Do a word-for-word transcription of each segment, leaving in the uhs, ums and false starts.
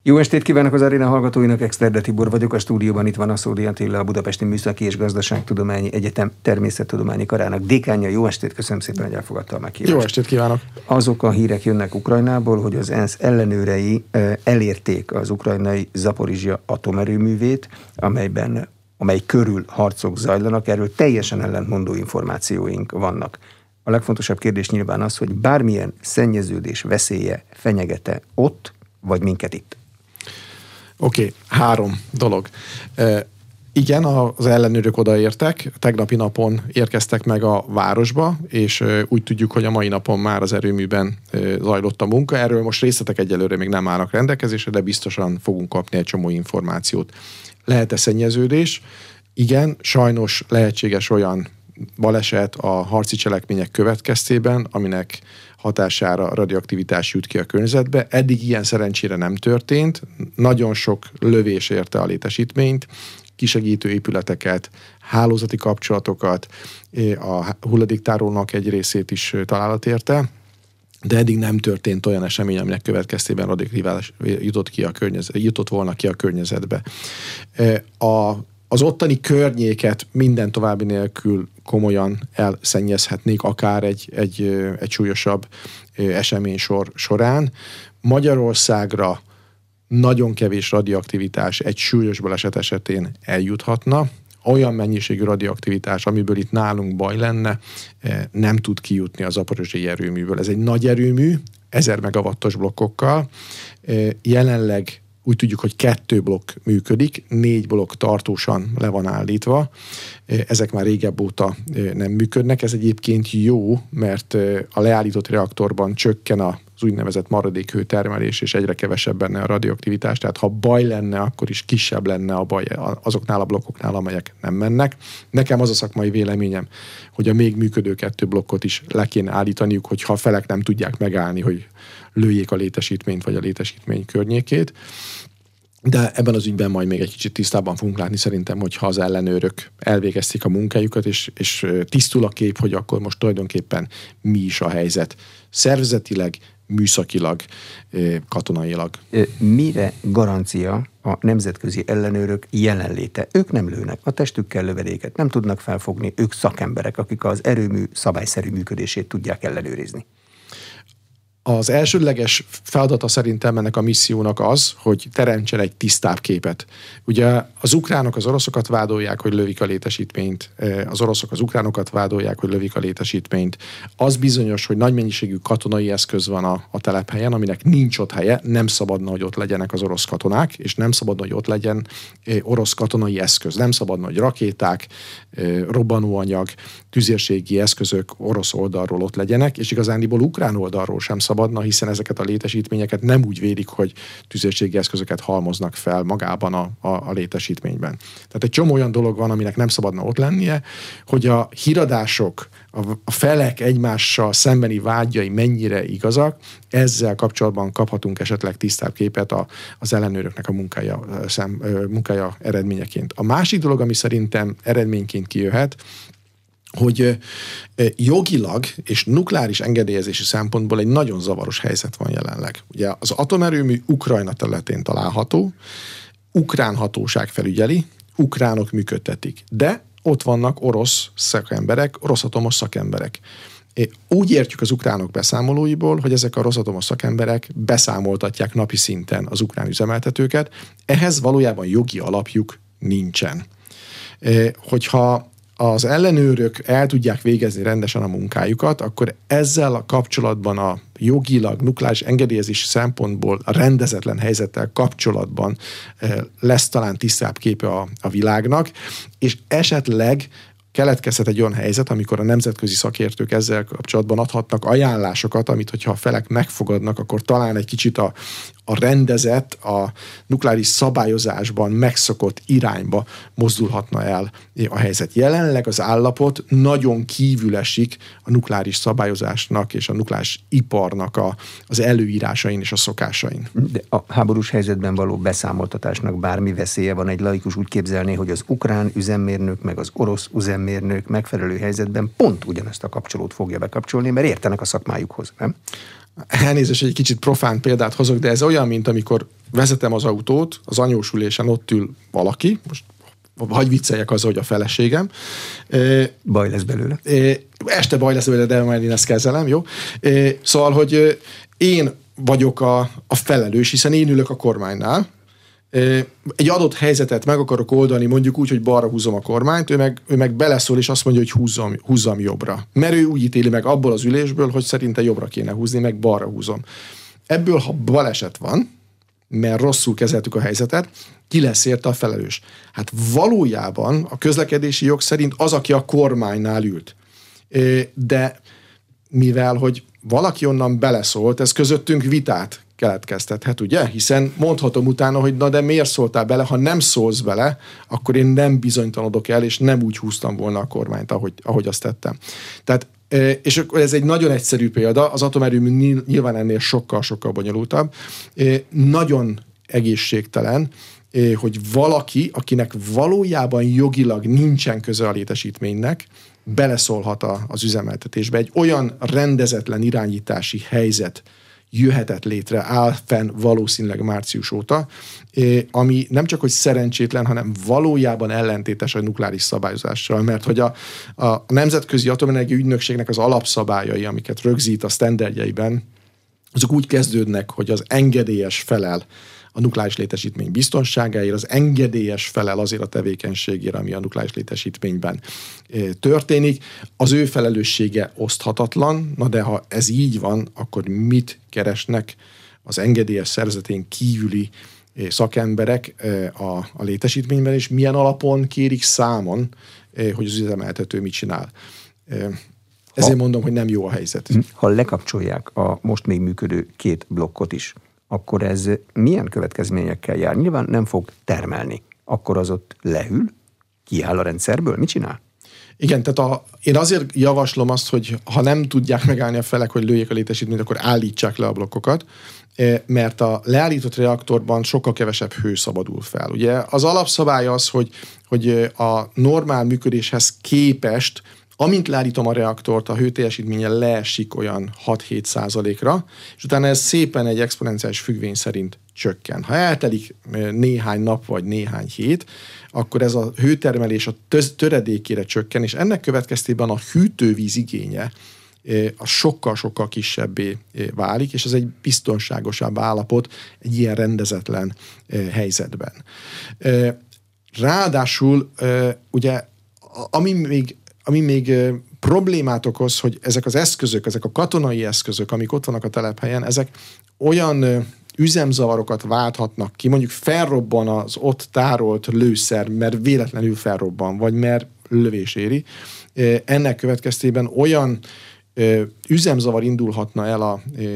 Jó estét kívánok az aréna hallgatóinak, Exterde Tibor vagyok, a stúdióban itt van Aszódi Attila, a Budapesti Műszaki és Gazdaságtudományi Egyetem Természettudományi Karának dékánja. Jó estét, köszönöm szépen, hogy elfogadta a meghívást. Jó estét kívánok! Azok a hírek jönnek Ukrajnából, hogy az ENSZ ellenőrei elérték az ukrajnai Zaporizsja atomerőművét, amelyben, amely körül harcok zajlanak, erről teljesen ellentmondó információink vannak. A legfontosabb kérdés nyilván az, hogy bármilyen szennyeződés veszélye fenyegete ott, vagy minket itt. Oké, okay, három dolog. E, igen, az ellenőrök odaértek, tegnapi napon érkeztek meg a városba, és e, úgy tudjuk, hogy a mai napon már az erőműben e, zajlott a munka. Erről most részletek egyelőre még nem állnak rendelkezésre, de biztosan fogunk kapni egy csomó információt. Lehet-e szennyeződés? Igen, sajnos lehetséges olyan baleset a harci cselekmények következtében, aminek hatására radioaktivitás jut ki a környezetbe. Eddig ilyen szerencsére nem történt. Nagyon sok lövés érte a létesítményt, kisegítő épületeket, hálózati kapcsolatokat, a hulladéktárolónak egy részét is találat érte, de eddig nem történt olyan esemény, aminek következtében radioaktivitás jutott, ki a környezet, jutott volna ki a környezetbe. A Az ottani környéket minden további nélkül komolyan elszennyezhetnék, akár egy, egy, egy súlyosabb esemény sor, során. Magyarországra nagyon kevés radioaktivitás egy súlyos baleset esetén eljuthatna. Olyan mennyiségű radioaktivitás, amiből itt nálunk baj lenne, nem tud kijutni az zaporizsjai erőműből. Ez egy nagy erőmű, ezer megawattos blokkokkal. Jelenleg úgy tudjuk, hogy kettő blokk működik, négy blokk tartósan le van állítva. Ezek már régebb óta nem működnek. Ez egyébként jó, mert a leállított reaktorban csökken az úgynevezett maradékhőtermelés, és egyre kevesebb benne a radioaktivitás. Tehát ha baj lenne, akkor is kisebb lenne a baj azoknál a blokkoknál, amelyek nem mennek. Nekem az a szakmai véleményem, hogy a még működő kettő blokkot is le kéne állítaniuk, hogyha a felek nem tudják megállni, hogy lőjék a létesítményt vagy a létesítmény környékét. De ebben az ügyben majd még egy kicsit tisztában fogunk látni szerintem, hogyha az ellenőrök elvégezték a munkájukat, és, és tisztul a kép, hogy akkor most tulajdonképpen mi is a helyzet. Szervezetileg, műszakilag, katonailag. Mire garancia a nemzetközi ellenőrök jelenléte? Ők nem lőnek, a testükkel lövedéket nem tudnak felfogni, ők szakemberek, akik az erőmű szabályszerű működését tudják ellenőrizni. Az elsődleges feladata szerintem ennek a missziónak az, hogy teremtsen egy tisztább képet. Ugye az ukránok az oroszokat vádolják, hogy lövik a létesítményt, az oroszok az ukránokat vádolják, hogy lövik a létesítményt. Az bizonyos, hogy nagy mennyiségű katonai eszköz van a, a telephelyen, aminek nincs ott helye, nem szabadna, hogy ott legyenek az orosz katonák, és nem szabadna, hogy ott legyen orosz katonai eszköz. Nem szabadna, hogy rakéták, robbanóanyag, tüzérségi eszközök orosz oldalról ott legyenek, és igazándiból ukrán oldalról sem szabadna, hiszen ezeket a létesítményeket nem úgy védik, hogy tüzérségi eszközöket halmoznak fel magában a, a, a létesítményben. Tehát egy csomó olyan dolog van, aminek nem szabadna ott lennie, hogy a híradások, a, a felek egymással szembeni vágyai mennyire igazak, ezzel kapcsolatban kaphatunk esetleg tisztább képet a, az ellenőröknek a munkája, szem, munkája eredményeként. A másik dolog, ami szerintem eredményként kijöhet, hogy jogilag és nukleáris engedélyezési szempontból egy nagyon zavaros helyzet van jelenleg. Ugye az atomerőmű Ukrajna területén található, ukrán hatóság felügyeli, ukránok működtetik, de ott vannak orosz szakemberek, rosszatomos szakemberek. Úgy értjük az ukránok beszámolóiból, hogy ezek a rosszatomos szakemberek beszámoltatják napi szinten az ukrán üzemeltetőket, ehhez valójában jogi alapjuk nincsen. Hogyha az ellenőrök el tudják végezni rendesen a munkájukat, akkor ezzel a kapcsolatban a jogilag, nukleáris engedélyezés szempontból a rendezetlen helyzettel kapcsolatban lesz talán tisztább képe a, a világnak, és esetleg keletkezhet egy olyan helyzet, amikor a nemzetközi szakértők ezzel kapcsolatban adhatnak ajánlásokat, amit hogyha a felek megfogadnak, akkor talán egy kicsit a, a rendezett, a nukleáris szabályozásban megszokott irányba mozdulhatna el a helyzet. Jelenleg az állapot nagyon kívül esik a nukleáris szabályozásnak és a nukleáris iparnak a, az előírásain és a szokásain. De a háborús helyzetben való beszámoltatásnak bármi veszélye van? Egy laikus úgy képzelné, hogy az ukrán üzemmérnök meg az orosz üzemmérnök megfelelő helyzetben pont ugyanezt a kapcsolót fogja bekapcsolni, mert értenek a szakmájukhoz, nem? elnézést, egy kicsit profán példát hozok, de ez olyan, mint amikor vezetem az autót, az anyósülésen ott ül valaki, most hagyj vicceljek azzal, hogy a feleségem. Baj lesz belőle. Este baj lesz belőle, de majd én ezt kezelem, jó? Szóval, hogy én vagyok a, a felelős, hiszen én ülök a kormánynál. Egy adott helyzetet meg akarok oldani, mondjuk úgy, hogy balra húzom a kormányt, ő meg, ő meg beleszól, és azt mondja, hogy húzzam, húzzam jobbra. Mert ő úgy ítéli meg abból az ülésből, hogy szerinte jobbra kéne húzni, meg balra húzom. Ebből, ha baleset van, mert rosszul kezeltük a helyzetet, ki lesz érte a felelős? Hát valójában a közlekedési jog szerint az, aki a kormánynál ült. De mivel, hogy valaki onnan beleszólt, ez közöttünk vitát keletkeztethet, ugye? Hiszen mondhatom utána, hogy na de miért szóltál bele, ha nem szólsz bele, akkor én nem bizonytalanodok el, és nem úgy húztam volna a kormányt, ahogy, ahogy azt tettem. Tehát, és akkor ez egy nagyon egyszerű példa, az atomerőmű nyilván ennél sokkal-sokkal bonyolultabb. Nagyon egészségtelen, hogy valaki, akinek valójában jogilag nincsen köze a létesítménynek, beleszólhat az üzemeltetésbe. Egy olyan rendezetlen irányítási helyzet jöhetett létre, áll fenn valószínűleg március óta, ami nem csak hogy szerencsétlen, hanem valójában ellentétes a nukleáris szabályozással, mert hogy a, a Nemzetközi Atomenergia Ügynökségnek az alapszabályai, amiket rögzít a sztenderdjeiben, azok úgy kezdődnek, hogy az engedélyes felel a nukleáris létesítmény biztonságáért, az engedélyes felel azért a tevékenységért, ami a nukleáris létesítményben történik. Az ő felelőssége oszthatatlan, na de ha ez így van, akkor mit keresnek az engedélyes szervezetén kívüli szakemberek a, a létesítményben, és milyen alapon kérik számon, hogy az üzemeltető mit csinál. Ezért ha, mondom, hogy nem jó a helyzet. Ha lekapcsolják a most még működő két blokkot is, akkor ez milyen következményekkel jár? Nyilván nem fog termelni. Akkor az ott lehűl, kiáll a rendszerből, mit csinál? Igen, tehát a, én azért javaslom azt, hogy ha nem tudják megállni a felek, hogy lőjék a létesítményt, akkor állítsák le a blokkokat, mert a leállított reaktorban sokkal kevesebb hő szabadul fel. Ugye az alapszabály az, hogy, hogy a normál működéshez képest, amint leállítom a reaktort, a hőteljesítménye leesik olyan hat-hét százalékra, és utána ez szépen egy exponenciális függvény szerint csökken. Ha eltelik néhány nap vagy néhány hét, akkor ez a hőtermelés a töredékére csökken, és ennek következtében a hűtővíz igénye a sokkal-sokkal kisebbé válik, és ez egy biztonságosabb állapot egy ilyen rendezetlen helyzetben. Ráadásul ugye, ami még Ami még problémát okoz, hogy ezek az eszközök, ezek a katonai eszközök, amik ott vannak a telephelyen, ezek olyan üzemzavarokat válthatnak ki, mondjuk felrobban az ott tárolt lőszer, mert véletlenül felrobban, vagy mert lövés éri. Ennek következtében olyan üzemzavar indulhatna el a,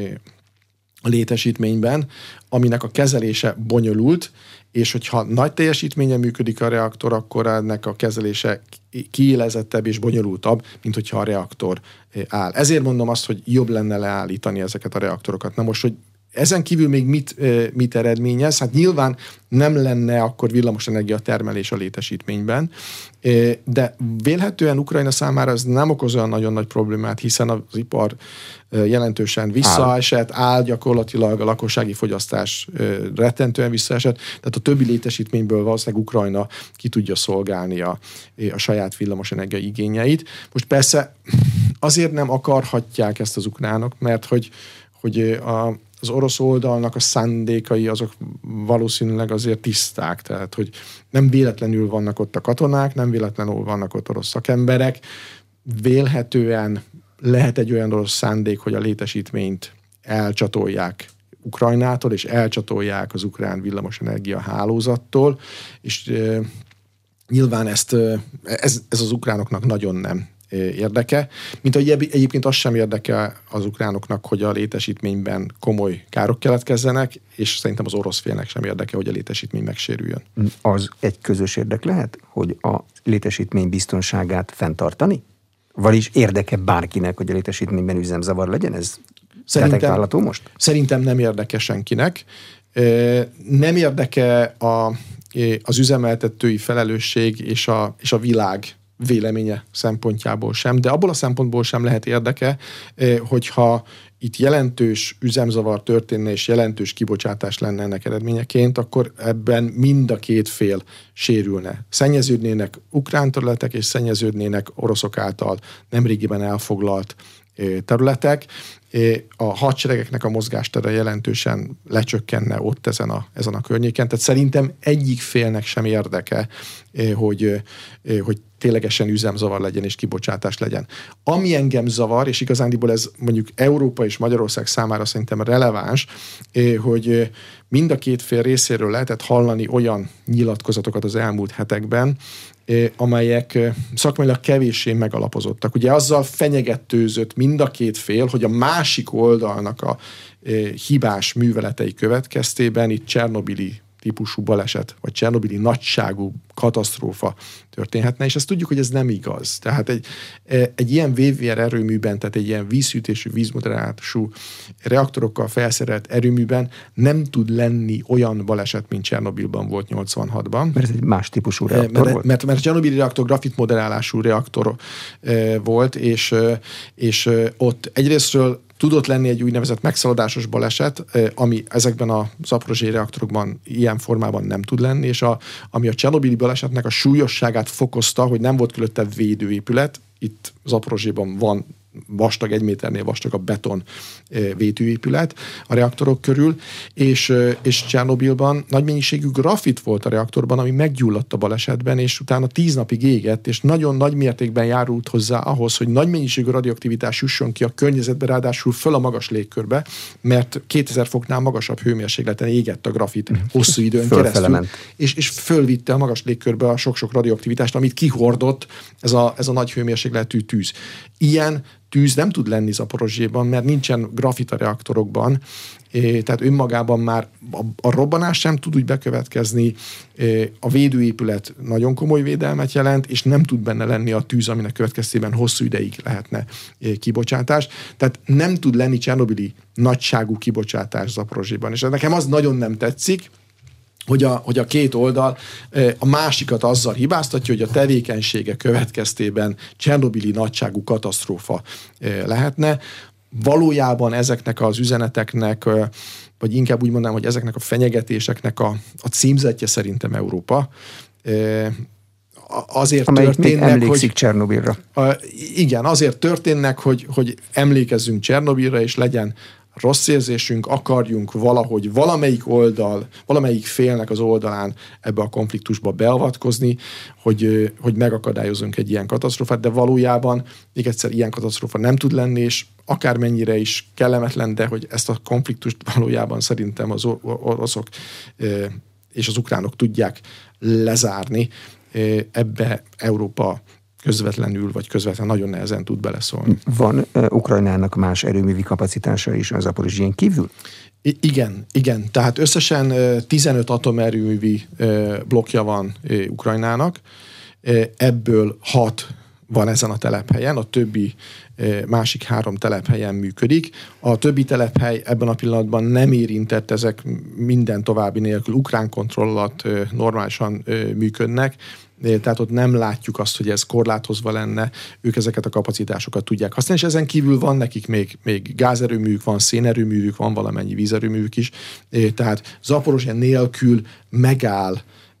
a létesítményben, aminek a kezelése bonyolult, és hogyha nagy teljesítményen működik a reaktor, akkor ennek a kezelése kiélezettebb és bonyolultabb, mint hogyha a reaktor áll. Ezért mondom azt, hogy jobb lenne leállítani ezeket a reaktorokat. Na most, hogy ezen kívül még mit, mit eredményez? Hát nyilván nem lenne akkor villamosenergia termelés a létesítményben, de vélhetően Ukrajna számára ez nem okoz olyan nagyon nagy problémát, hiszen az ipar jelentősen visszaesett, áll gyakorlatilag, a lakossági fogyasztás rettentően visszaesett, tehát a többi létesítményből valószínűleg Ukrajna ki tudja szolgálni a, a saját villamosenergia igényeit. Most persze azért nem akarhatják ezt az ukránok, mert hogy, hogy a az orosz oldalnak a szándékai azok valószínűleg azért tiszták, tehát hogy nem véletlenül vannak ott a katonák, nem véletlenül vannak ott orosz szakemberek, vélhetően lehet egy olyan orosz szándék, hogy a létesítményt elcsatolják Ukrajnától, és elcsatolják az ukrán villamosenergia hálózattól, és e, nyilván ezt, ez, ez az ukránoknak nagyon nem érdeke, mint hogy egyébként az sem érdeke az ukránoknak, hogy a létesítményben komoly károk keletkezzenek, és szerintem az orosz félnek sem érdeke, hogy a létesítmény megsérüljön. Az egy közös érdek lehet, hogy a létesítmény biztonságát fenntartani? Vagyis érdeke bárkinek, hogy a létesítményben üzemzavar legyen? Ez szerintem, most? Szerintem nem érdeke senkinek. Nem érdeke a, az üzemeltetői felelősség és a, és a világ véleménye szempontjából sem, de abból a szempontból sem lehet érdeke, hogyha itt jelentős üzemzavar történne, és jelentős kibocsátás lenne ennek eredményeként, akkor ebben mind a két fél sérülne. Szennyeződnének ukrán területek, és szennyeződnének oroszok által nemrégiben elfoglalt területek. A hadseregeknek a mozgástere jelentősen lecsökkenne ott ezen a, ezen a környéken. Tehát szerintem egyik félnek sem érdeke, hogy, hogy ténylegesen üzemzavar legyen és kibocsátás legyen. Ami engem zavar, és igazándiból ez mondjuk Európa és Magyarország számára szerintem releváns, hogy mind a két fél részéről lehetett hallani olyan nyilatkozatokat az elmúlt hetekben, amelyek szakmailag kevéssé megalapozottak. Ugye azzal fenyegetőzött mind a két fél, hogy a másik oldalnak a hibás műveletei következtében itt csernobili típusú baleset, vagy csernobili nagyságú katasztrófa történhetne, és ezt tudjuk, hogy ez nem igaz. Tehát egy, egy ilyen vé vé er erőműben, tehát egy ilyen vízhűtésű, vízmoderálású reaktorokkal felszerelt erőműben nem tud lenni olyan baleset, mint Csernobilban volt nyolcvanhatban. Mert ez egy más típusú reaktor mert, volt? Mert, mert a csernobili reaktor grafitmodellálású reaktor e, volt, és, és ott egyrésztről tudott lenni egy úgynevezett megszaladásos baleset, ami ezekben a zaporozsiai reaktorokban ilyen formában nem tud lenni, és a, ami a csernobili balesetnek a súlyosságát fokozta, hogy nem volt körülötte védőépület. Itt Zaporozsében van vastag, egy méternél vastag a beton védőépület a reaktorok körül, és, és Csernobilban nagy mennyiségű grafit volt a reaktorban, ami meggyulladt a balesetben, és utána tíz napig égett, és nagyon nagy mértékben járult hozzá ahhoz, hogy nagy mennyiségű radioaktivitás jusson ki a környezetbe, ráadásul föl a magas légkörbe, mert kétezer foknál magasabb hőmérsékleten égett a grafit hosszú időn keresztül, és, és fölvitte a magas légkörbe a sok-sok radioaktivitást, amit kihordott ez a, ez a nagy hőmérsékletű tűz. Ilyen tűz nem tud lenni Zaporozsjéban, mert nincsen grafit a reaktorokban, tehát önmagában már a, a robbanás sem tud úgy bekövetkezni, a védőépület nagyon komoly védelmet jelent, és nem tud benne lenni a tűz, aminek következtében hosszú ideig lehetne kibocsátás. Tehát nem tud lenni csernobili nagyságú kibocsátás Zaporozsjéban, és nekem az nagyon nem tetszik, hogy a, hogy a két oldal a másikat azzal hibáztatja, hogy a tevékenysége következtében csernobili nagyságú katasztrófa lehetne. Valójában ezeknek az üzeneteknek, vagy inkább úgy mondanám, hogy ezeknek a fenyegetéseknek a, a címzetje szerintem Európa. Azért amelyik történnek, még emlékszik hogy, Csernobilra. A, igen, azért történnek, hogy, hogy emlékezzünk Csernobilra, és legyen rossz érzésünk, akarjunk valahogy valamelyik oldal, valamelyik félnek az oldalán ebbe a konfliktusba beavatkozni, hogy, hogy megakadályozunk egy ilyen katasztrófát, de valójában még egyszer ilyen katasztrófa nem tud lenni, és akármennyire is kellemetlen, de hogy ezt a konfliktust valójában szerintem az oroszok és az ukránok tudják lezárni, ebbe Európa közvetlenül vagy közvetlenül nagyon nehezen tud beleszólni. Van uh, Ukrajnának más erőművi kapacitása is az Zaporozsjén kívül? I- igen, igen. Tehát összesen uh, tizenöt atomerőművi uh, blokkja van uh, Ukrajnának. Uh, ebből hat van ezen a telephelyen, a többi uh, másik három telephelyen működik. A többi telephely ebben a pillanatban nem érintett, ezek minden további nélkül ukrán kontroll alatt uh, normálisan uh, működnek, tehát ott nem látjuk azt, hogy ez korlátozva lenne, ők ezeket a kapacitásokat tudják használni, és ezen kívül van nekik még, még gázerőművük, van szénerőművük, van valamennyi vízerőművük is, tehát Zaporozsje nélkül megáll,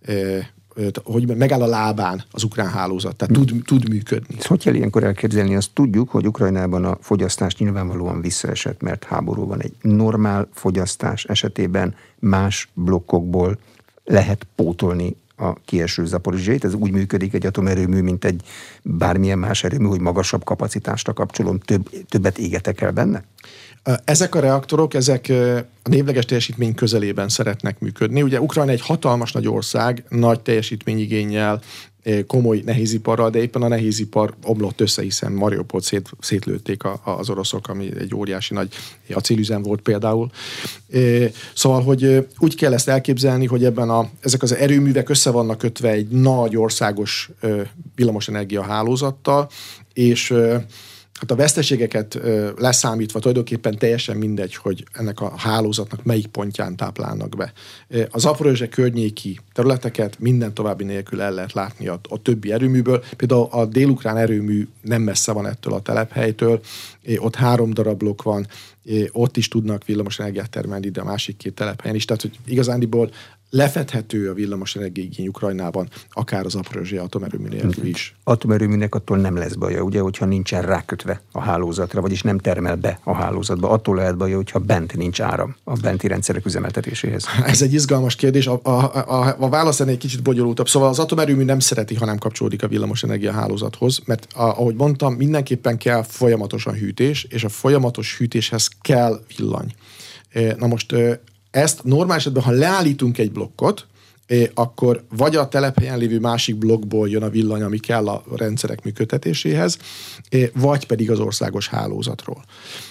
hogy megáll a lábán az ukrán hálózat, tehát tud, tud működni. Ezt hogy kell ilyenkor elképzelni? Azt tudjuk, hogy Ukrajnában a fogyasztás nyilvánvalóan visszaesett, mert háború van. Egy normál fogyasztás esetében más blokkokból lehet pótolni a kieső Zaporozsjét. Ez úgy működik egy atomerőmű, mint egy bármilyen más erőmű, hogy magasabb kapacitásra kapcsolom, több, többet égetek el benne? Ezek a reaktorok, ezek a névleges teljesítmény közelében szeretnek működni. Ugye Ukrajna egy hatalmas nagy ország, nagy teljesítményigénnyel, komoly nehéziparral, de éppen a nehézipar omlott össze, hiszen Mariupolt szét, szétlőtték a, az oroszok, ami egy óriási nagy acélüzem volt például. Szóval, hogy úgy kell ezt elképzelni, hogy ebben a, ezek az erőművek össze vannak kötve egy nagy országos villamosenergia hálózattal, és hát a veszteségeket leszámítva tulajdonképpen teljesen mindegy, hogy ennek a hálózatnak melyik pontján táplálnak be. A Zaporozsje környéki területeket minden további nélkül el lehet látni a, a többi erőműből. Például a délukrán erőmű nem messze van ettől a telephelytől, ott három darab blokk van, ott is tudnak villamosenergiát termelni, de a másik két telephelyen is. Tehát, hogy igazándiból lefedhető a villamosenergia igény Ukrajnában, akár az Zaporizsja atomerőmű nélkül is. Atomerőműnek attól nem lesz baja, ugye, hogyha nincsen rákötve a hálózatra, vagyis nem termel be a hálózatba. Attól lehet baja, hogyha bent nincs áram a benti rendszerek üzemeltetéséhez. Ez egy izgalmas kérdés. A, a, a, a válasz ennél egy kicsit bonyolultabb. Szóval az atomerőmű nem szereti, ha nem kapcsolódik a villamosenergia hálózathoz, mert a, ahogy mondtam, mindenképpen kell folyamatosan hűtés, és a folyamatos hűtéshez kell villany. Na most ezt normál esetben, ha leállítunk egy blokkot, akkor vagy a telephelyen lévő másik blokkból jön a villany, ami kell a rendszerek működtetéséhez, vagy pedig az országos hálózatról.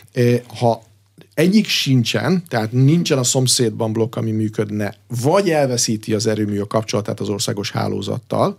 Ha egyik sincsen, tehát nincsen a szomszédban blokk, ami működne, vagy elveszíti az erőmű a kapcsolatát az országos hálózattal,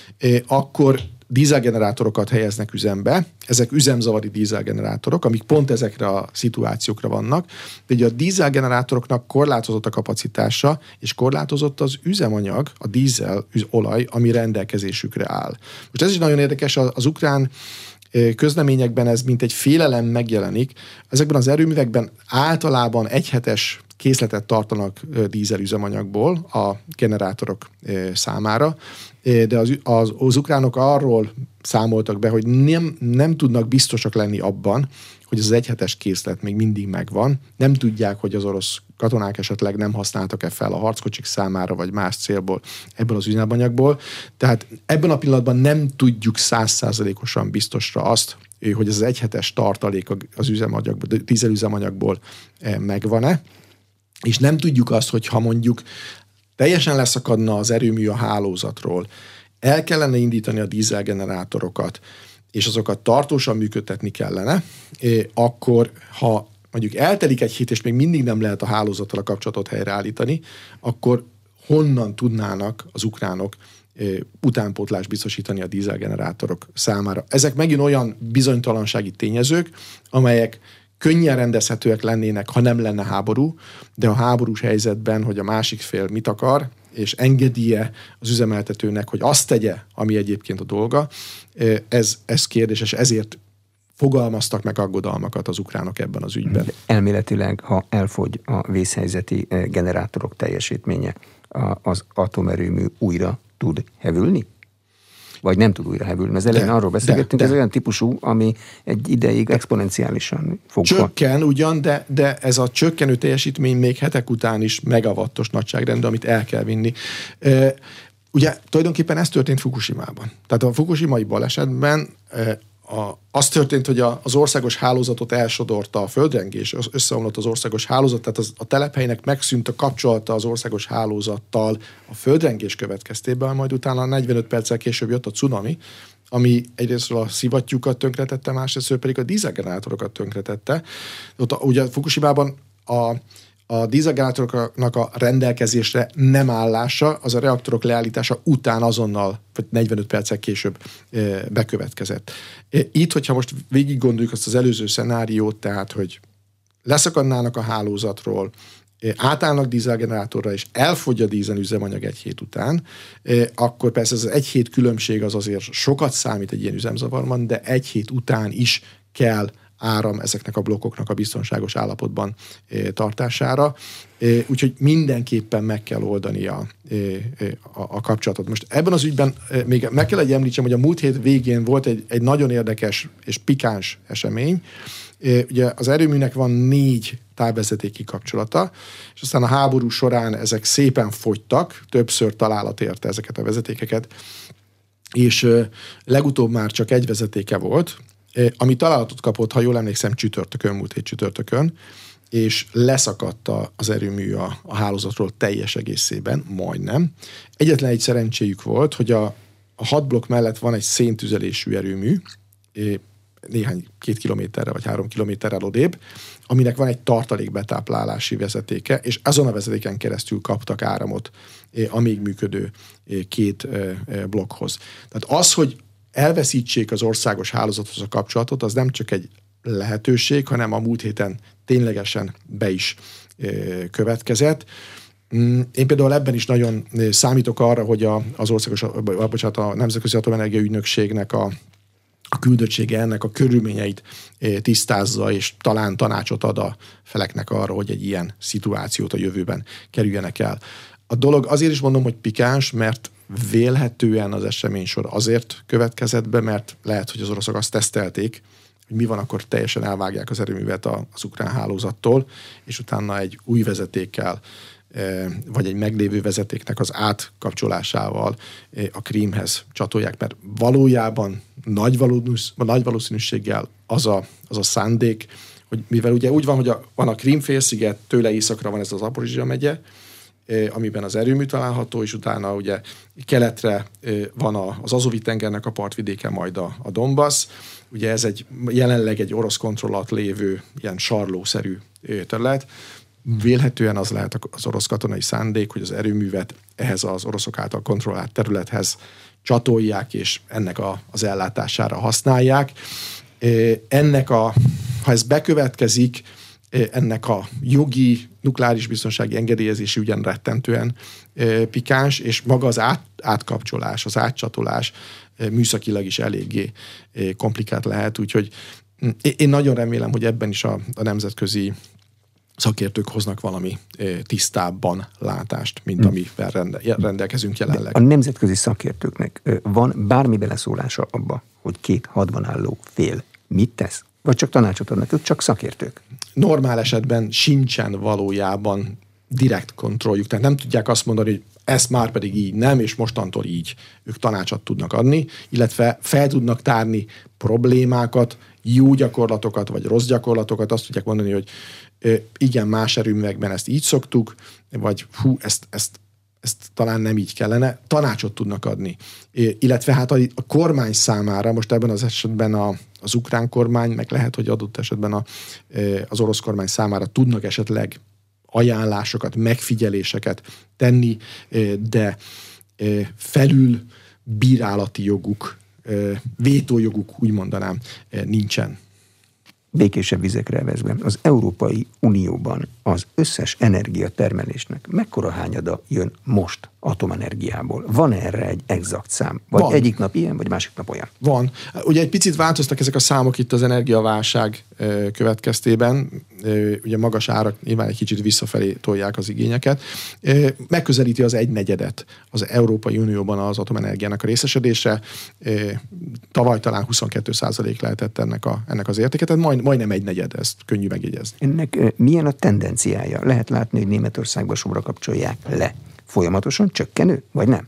akkor dízelgenerátorokat helyeznek üzembe. Ezek üzemzavari dízelgenerátorok, amik pont ezekre a szituációkra vannak. De ugye a dízelgenerátoroknak korlátozott a kapacitása, és korlátozott az üzemanyag, a dízel olaj, ami rendelkezésükre áll. Most ez is nagyon érdekes, az ukrán közleményekben ez mint egy félelem megjelenik. Ezekben az erőművekben általában egyhetes készletet tartanak dízelüzemanyagból a generátorok számára, de az, az, az ukránok arról számoltak be, hogy nem, nem tudnak biztosak lenni abban, hogy az egyhetes készlet még mindig megvan. Nem tudják, hogy az orosz katonák esetleg nem használtak-e fel a harckocsik számára, vagy más célból ebből az üzemanyagból. Tehát ebben a pillanatban nem tudjuk százszázalékosan biztosra azt, hogy ez az egyhetes tartalék az üzemanyagból, dízelüzemanyagból megvan-e. És nem tudjuk azt, hogy ha mondjuk teljesen leszakadna az erőmű a hálózatról, el kellene indítani a dízelgenerátorokat, és azokat tartósan működtetni kellene, akkor ha mondjuk eltelik egy hét, és még mindig nem lehet a hálózattal a kapcsolatot helyreállítani, akkor honnan tudnának az ukránok utánpótlást biztosítani a dízelgenerátorok számára. Ezek megint olyan bizonytalansági tényezők, amelyek könnyen rendezhetőek lennének, ha nem lenne háború, de a háborús helyzetben, hogy a másik fél mit akar, és engedje az üzemeltetőnek, hogy azt tegye, ami egyébként a dolga, ez, ez kérdéses, ezért fogalmaztak meg aggodalmakat az ukránok ebben az ügyben. Elméletileg, ha elfogy a vészhelyzeti generátorok teljesítménye, az atomerőmű újra tud hevülni? Vagy nem tud újra hevülni? Az elején de, arról beszélgettünk, de, de. Ez olyan típusú, ami egy ideig exponenciálisan fog. Csökken ugyan, de, de ez a csökkenő teljesítmény még hetek után is megawattos nagyságrendű, amit el kell vinni. E, ugye tulajdonképpen ez történt Fukushimában. Tehát a fukushimai balesetben e, a, az történt, hogy a, az országos hálózatot elsodorta a földrengés, összeomlott az országos hálózat, tehát az, a telephelynek megszűnt a kapcsolata az országos hálózattal a földrengés következtében, majd utána negyvenöt perccel később jött a cunami, ami egyrésztről a szivattyúkat tönkretette, másrészt pedig a dízelgenerátorokat tönkretette. Ott a, ugye Fukushimában a A dízelgenerátoroknak a rendelkezésre nem állása, az a reaktorok leállítása után azonnal, vagy negyvenöt perccel később bekövetkezett. Itt, hogyha most végig gondoljuk azt az előző szenáriót, tehát, hogy leszakadnának a hálózatról, átállnak dízelgenerátorra, és elfogy a dízelüzemanyag egy hét után, akkor persze ez az egy hét különbség az azért sokat számít egy ilyen üzemzavarban, de egy hét után is kell áram ezeknek a blokkoknak a biztonságos állapotban e, tartására. E, úgyhogy mindenképpen meg kell oldani a, e, a, a kapcsolatot. Most ebben az ügyben e, még meg kell egy említsem, hogy a múlt hét végén volt egy, egy nagyon érdekes és pikáns esemény. E, ugye az erőműnek van négy távvezetéki kapcsolata, és aztán a háború során ezek szépen fogytak, többször találat érte ezeket a vezetékeket, és e, legutóbb már csak egy vezetéke volt, ami találatot kapott, ha jól emlékszem, csütörtökön, múlt hét csütörtökön, és leszakadt az erőmű a, a hálózatról teljes egészében, majdnem. Egyetlen egy szerencséjük volt, hogy a, a hat blokk mellett van egy széntüzelésű erőmű, néhány két kilométerre vagy három kilométerrel odébb, aminek van egy tartalékbetáplálási vezetéke, és azon a vezetéken keresztül kaptak áramot a még működő két blokkhoz. Tehát az, hogy elveszítsék az országos hálózathoz a kapcsolatot, az nem csak egy lehetőség, hanem a múlt héten ténylegesen be is következett. Én például ebben is nagyon számítok arra, hogy a, az országos, bocsánat, a Nemzetközi Atomenergia Ügynökségnek a, a küldöttsége ennek a körülményeit tisztázza, és talán tanácsot ad a feleknek arra, hogy egy ilyen szituációt a jövőben kerüljenek el. A dolog azért is mondom, hogy pikáns, mert vélhetően az eseménysor azért következett be, mert lehet, hogy az oroszok azt tesztelték, hogy mi van, akkor teljesen elvágják az erőművet az ukrán hálózattól, és utána egy új vezetékkel, vagy egy meglévő vezetéknek az átkapcsolásával a Krímhez csatolják, mert valójában nagy, valószínűs, nagy valószínűséggel az a, az a szándék, hogy mivel ugye úgy van, hogy a, van a Krím-félsziget, tőle északra van ez az Zaporizsja megye, amiben az erőmű található, és utána ugye keletre van az Azovi-tengernek a partvidéke, majd a, a Donbass. Ugye ez egy jelenleg egy orosz kontroll alatt lévő ilyen sarlószerű terület. Vélhetően az lehet az orosz katonai szándék, hogy az erőművet ehhez az oroszok által kontrollált területhez csatolják, és ennek a, az ellátására használják. Ennek a, ha ez bekövetkezik, ennek a jogi, nukleáris biztonsági engedélyezési ugyan rettentően pikáns, és maga az át, átkapcsolás, az átcsatolás műszakilag is eléggé komplikált lehet, úgyhogy én nagyon remélem, hogy ebben is a, a nemzetközi szakértők hoznak valami tisztábban látást, mint amivel rende, rendelkezünk jelenleg. A nemzetközi szakértőknek van bármi beleszólása abba, hogy két hadban álló fél mit tesz? Vagy csak tanácsot adnak, ők csak szakértők? Normál esetben sincsen valójában direkt kontrolljuk, tehát nem tudják azt mondani, hogy ezt már pedig így nem, és mostantól így. Ők tanácsot tudnak adni, illetve fel tudnak tárni problémákat, jó gyakorlatokat, vagy rossz gyakorlatokat, azt tudják mondani, hogy igen, más erőművekben ezt így szoktuk, vagy hú, ezt, ezt, ezt talán nem így kellene, tanácsot tudnak adni. Illetve hát a, a kormány számára, most ebben az esetben a, az ukrán kormány, meg lehet, hogy adott esetben a, az orosz kormány számára tudnak esetleg ajánlásokat, megfigyeléseket tenni, de felül bírálati joguk, vétójoguk, úgy mondanám, nincsen. Békésebb vizekre evezve. Az Európai Unióban az összes energiatermelésnek mekkora hányada jön most atomenergiából? Van erre egy exakt szám? Vagy Van. Egyik nap ilyen, vagy másik nap olyan? Van. Ugye egy picit változtak ezek a számok itt az energiaválság következtében. Ugye magas árak nyilván egy kicsit visszafelé tolják az igényeket. Megközelíti az egynegyedet az Európai Unióban az atomenergiának a részesedése. Tavaly talán huszonkettő százalék lehetett ennek, a, ennek az értéke, tehát majd, majdnem egynegyed, ezt könnyű megjegyezni. Ennek milyen a tendenciája? Lehet látni, hogy Németországban sorra kapcsolják le. Folyamatosan csökkenő, vagy nem?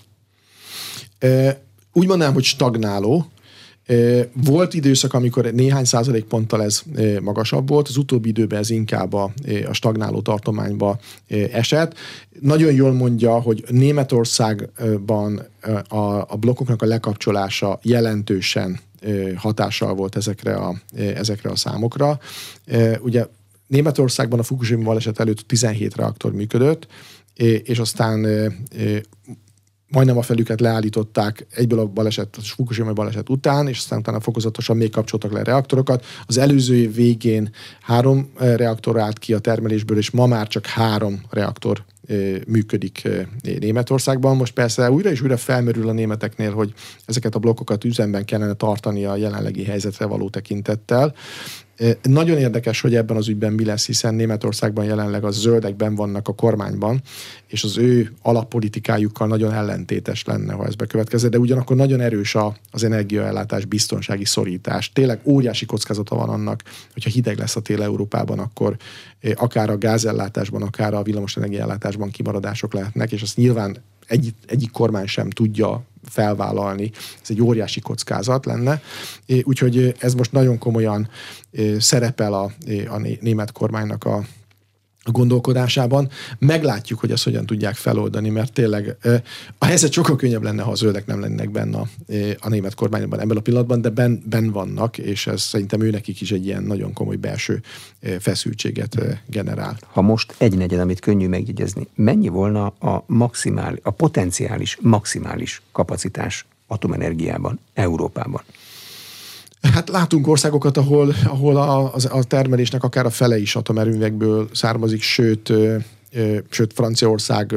Úgy mondanám, hogy stagnáló. Volt időszak, amikor néhány százalékponttal ez magasabb volt, az utóbbi időben ez inkább a, a stagnáló tartományba esett. Nagyon jól mondja, hogy Németországban a, a blokkoknak a lekapcsolása jelentősen hatással volt ezekre a, ezekre a számokra. Ugye Németországban a Fukushima baleset előtt tizenhét reaktor működött, és aztán majdnem a felüket leállították egyből a baleset, a Fukushima baleset után, és aztán utána fokozatosan még kapcsoltak le reaktorokat. Az előző év végén három reaktor állt ki a termelésből, és ma már csak három reaktor működik Németországban. Most persze újra és újra felmerül a németeknél, hogy ezeket a blokkokat üzemben kellene tartani a jelenlegi helyzetre való tekintettel. Nagyon érdekes, hogy ebben az ügyben mi lesz, hiszen Németországban jelenleg a zöldekben vannak a kormányban, és az ő alappolitikájukkal nagyon ellentétes lenne, ha ez bekövetkezne, de ugyanakkor nagyon erős a, az energiaellátás biztonsági szorítás. Tényleg óriási kockázata van annak, hogyha hideg lesz a tél Európában, akkor akár a gázellátásban, akár a villamosenergiaellátásban kimaradások lehetnek, és azt nyilván egy, egyik kormány sem tudja felvállalni. Ez egy óriási kockázat lenne. Úgyhogy ez most nagyon komolyan szerepel a, a német kormánynak a gondolkodásában. Meglátjuk, hogy ezt hogyan tudják feloldani, mert tényleg a helyzet sokkal könnyebb lenne, ha a zöldek nem lennének benne a, a német kormányban ebben a pillanatban, de ben, ben vannak, és ez szerintem őnekik is egy ilyen nagyon komoly belső feszültséget generál. Ha most egy negyed, amit könnyű megjegyezni, mennyi volna a maximális, a potenciális maximális kapacitás atomenergiában, Európában? Hát látunk országokat, ahol, ahol a, a termelésnek akár a fele is atomerőművekből származik, sőt, ö, ö, sőt Franciaország ö,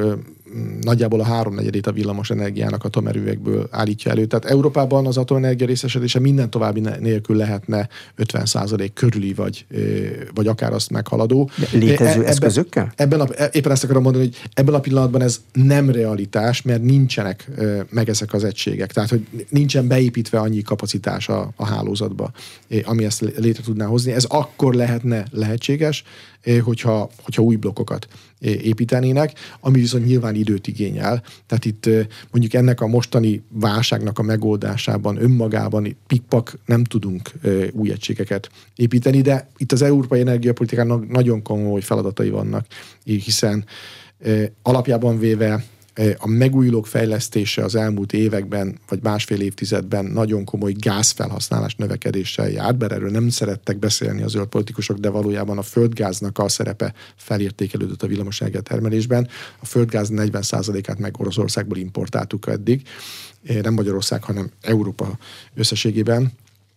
nagyjából a háromnegyedét a villamos energiának atomerőművekből állítja elő. Tehát Európában az atomenergia részesedése minden további nélkül lehetne ötven százalék körüli, vagy, vagy akár azt meghaladó. De létező ebben, eszközökkel? Ebben a, éppen ezt akarom mondani, hogy ebben a pillanatban ez nem realitás, mert nincsenek meg ezek az egységek. Tehát, hogy nincsen beépítve annyi kapacitás a, a hálózatba, ami ezt létre tudná hozni. Ez akkor lehetne lehetséges, hogyha, hogyha új blokkokat építenének, ami viszont nyilván időt igényel. Tehát itt mondjuk ennek a mostani válságnak a megoldásában önmagában pikpak nem tudunk új egységeket építeni, de itt az európai energiapolitikának nagyon komoly feladatai vannak, hiszen alapjában véve a megújulók fejlesztése az elmúlt években, vagy másfél évtizedben nagyon komoly gázfelhasználás növekedéssel járt, bár erről nem szerettek beszélni a zöld politikusok, de valójában a földgáznak a szerepe felértékelődött a villamosenergia termelésben. A földgáz negyven százalékát meg Oroszországból importáltuk eddig, nem Magyarország, hanem Európa összességében.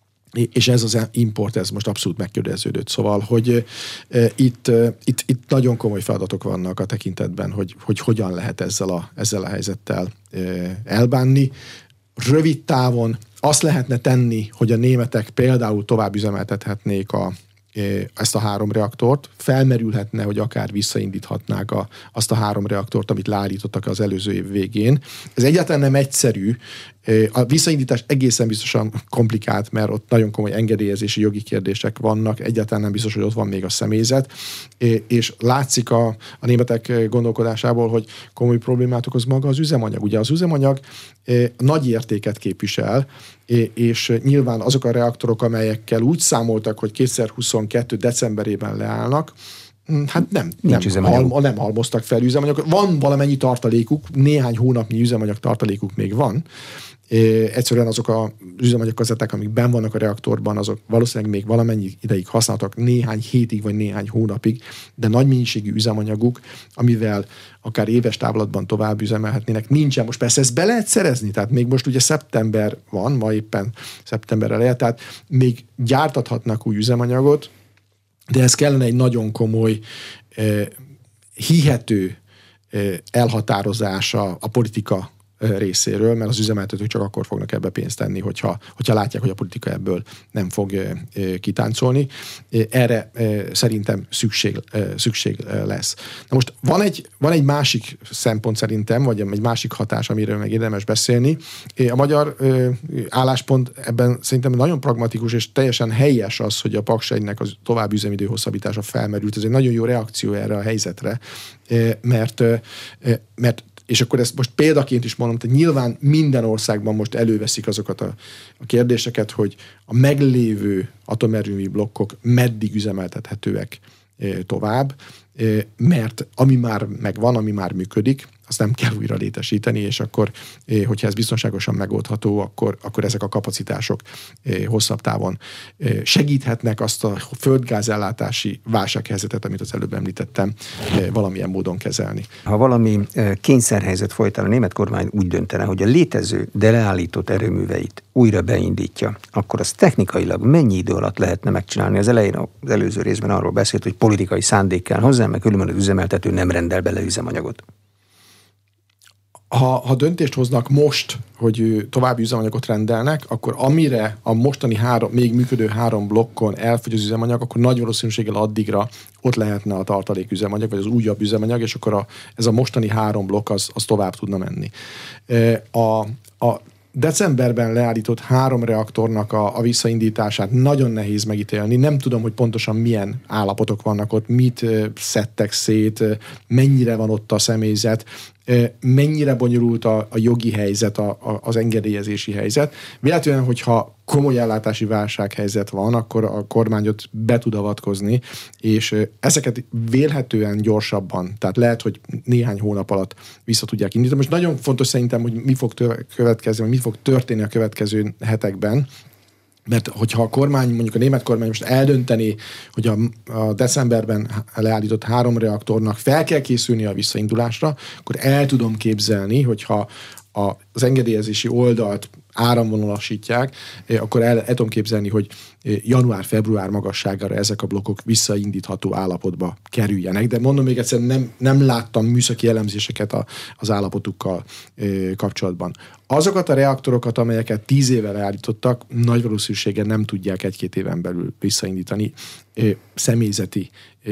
És ez az import, ez most abszolút megkérdeződött. Szóval, hogy e, itt, e, itt, itt nagyon komoly feladatok vannak a tekintetben, hogy, hogy hogyan lehet ezzel a, ezzel a helyzettel e, elbánni. Rövid távon azt lehetne tenni, hogy a németek például tovább üzemeltethetnék a, e, ezt a három reaktort, felmerülhetne, hogy akár visszaindíthatnák a, azt a három reaktort, amit leállítottak az előző év végén. Ez egyáltalán nem egyszerű. A visszaindítás egészen biztosan komplikált, mert ott nagyon komoly engedélyezési jogi kérdések vannak, egyáltalán nem biztos, hogy ott van még a személyzet, és látszik a, a németek gondolkodásából, hogy komoly problémát okoz maga az üzemanyag. Ugye az üzemanyag nagy értéket képvisel, és nyilván azok a reaktorok, amelyekkel úgy számoltak, hogy kétezer-huszonkettő decemberében leállnak, hát nem, nem, halm, nem halmoztak fel üzemanyagot. Van valamennyi tartalékuk, néhány hónapnyi üzemanyag tartalékuk még van. Egyszerűen azok az üzemanyagkazetták, amik benn vannak a reaktorban, azok valószínűleg még valamennyi ideig használtak, néhány hétig vagy néhány hónapig, de nagy mennyiségű üzemanyaguk, amivel akár éves távlatban tovább üzemelhetnének, nincsen. Most persze ezt be lehet szerezni, tehát még most ugye szeptember van, ma éppen szeptember eleje, tehát még gyártathatnak új üzemanyagot, de ez kellene egy nagyon komoly, eh, hihető eh, elhatározása a politika eh, részéről, mert az üzemeltetők csak akkor fognak ebbe pénzt tenni, hogyha, hogyha látják, hogy a politika ebből nem fog eh, kitáncolni. Eh, erre eh, szerintem szükség, eh, szükség eh, lesz. Na most van egy, van egy másik szempont szerintem, vagy egy másik hatás, amiről meg érdemes beszélni. Eh, a magyar eh, álláspont ebben szerintem nagyon pragmatikus, és teljesen helyes az, hogy a Paks egynek az további üzemidő hosszabbítása felmerült. Ez egy nagyon jó reakció erre a helyzetre, eh, mert, eh, mert és akkor ezt most példaként is mondom, hogy nyilván minden országban most előveszik azokat a, a kérdéseket, hogy a meglévő atomerőmű blokkok meddig üzemeltethetőek e, tovább, e, mert ami már megvan, ami már működik, azt nem kell újra létesíteni, és akkor, e, hogyha ez biztonságosan megoldható, akkor, akkor ezek a kapacitások e, hosszabb távon e, segíthetnek azt a földgázellátási válsághelyzetet, amit az előbb említettem, e, valamilyen módon kezelni. Ha valami e, kényszerhelyzet folytán a német kormány úgy döntene, hogy a létező, de leállított erőműveit újra beindítja, akkor az technikailag mennyi idő alatt lehetne megcsinálni? Az elején, az előző részben arról beszélt, hogy politikai szándék kell hozzá, mert különben az üzemeltető nem rendel bele üzemanyagot. Ha, ha döntést hoznak most, hogy további üzemanyagot rendelnek, akkor amire a mostani három, még működő három blokkon elfogy az üzemanyag, akkor nagy valószínűséggel addigra ott lehetne a tartalék üzemanyag, vagy az újabb üzemanyag, és akkor a, ez a mostani három blokk az, az tovább tudna menni. A, a decemberben leállított három reaktornak a, a visszaindítását nagyon nehéz megítélni. Nem tudom, hogy pontosan milyen állapotok vannak ott, mit szedtek szét, mennyire van ott a személyzet, mennyire bonyolult a, a jogi helyzet, a, a, az engedélyezési helyzet. Véletlenül, hogyha komoly ellátási válsághelyzet van, akkor a kormányot be tud avatkozni, és ezeket vélhetően gyorsabban, tehát lehet, hogy néhány hónap alatt vissza tudják indítani. Most nagyon fontos szerintem, hogy mi fog következni, mi fog történni a következő hetekben, mert hogyha a kormány, mondjuk a német kormány most eldönteni, hogy a, a decemberben leállított három reaktornak fel kell készülni a visszaindulásra, akkor el tudom képzelni, hogyha a, az engedélyezési oldalt áramvonalasítják, akkor el, el tudom képzelni, hogy január-február magasságára ezek a blokkok visszaindítható állapotba kerüljenek. De mondom még egyszer, nem, nem láttam műszaki elemzéseket a, az állapotukkal kapcsolatban. Azokat a reaktorokat, amelyeket tíz éve leállítottak, nagy valószínűséggel nem tudják egy-két éven belül visszaindítani. Személyzeti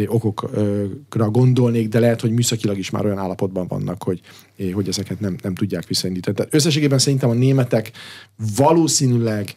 okokra gondolnék, de lehet, hogy műszakilag is már olyan állapotban vannak, hogy, hogy ezeket nem, nem tudják visszaindítani. Tehát összességében szerintem a németek valószínűleg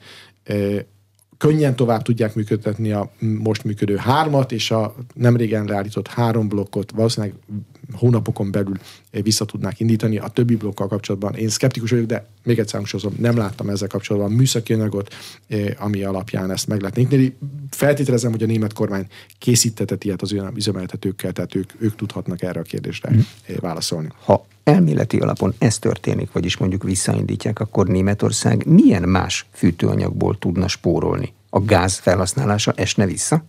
könnyen tovább tudják működtetni a most működő hármat, és a nemrégen leállított három blokkot valószínűleg hónapokon belül vissza tudnák indítani. A többi blokkal kapcsolatban én szkeptikus vagyok, de még egyszer hangsúlyozom, nem láttam ezzel kapcsolatban műszaki anyagot, ami alapján ezt meg lehetne nyitni. Feltételezem, hogy a német kormány készítetett ilyet az üzemeltetőkkel, tehát ők, ők tudhatnak erre a kérdésre mm. válaszolni. Ha elméleti alapon ez történik, vagyis mondjuk visszaindítják, akkor Németország milyen más fűtőanyagból tudna spórolni? A gáz felhasználása esne vissza?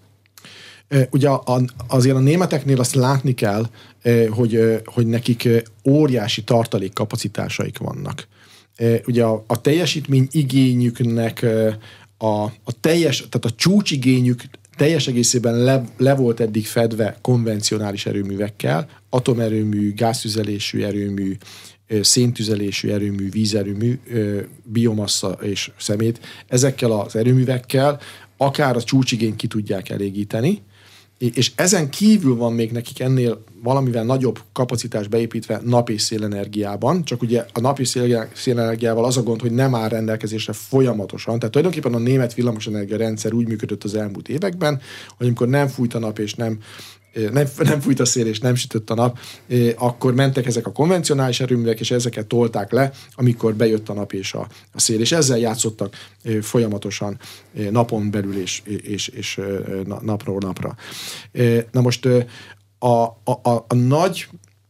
Ugye azért a németeknél azt látni kell, hogy, hogy nekik óriási tartalékkapacitásaik vannak. Ugye a, a teljesítmény igényüknek a, a teljes, tehát a csúcsigényük teljes egészében le, le volt eddig fedve konvencionális erőművekkel, atomerőmű, gáztüzelésű erőmű, széntüzelésű erőmű, vízerőmű, biomassa és szemét. Ezekkel az erőművekkel akár a csúcsigényt ki tudják elégíteni, és ezen kívül van még nekik ennél valamivel nagyobb kapacitás beépítve nap- és szélenergiában, csak ugye a nap- és szélenergiával az a gond, hogy nem áll rendelkezésre folyamatosan. Tehát tulajdonképpen a német villamosenergia rendszer úgy működött az elmúlt években, hogy amikor nem fújt a nap és nem Nem, nem fújt a szél és nem sütött a nap, akkor mentek ezek a konvencionális erőművek, és ezeket tolták le, amikor bejött a nap és a, a szél. És ezzel játszottak folyamatosan napon belül és, és, és napról napra. Na most a, a, a, a nagy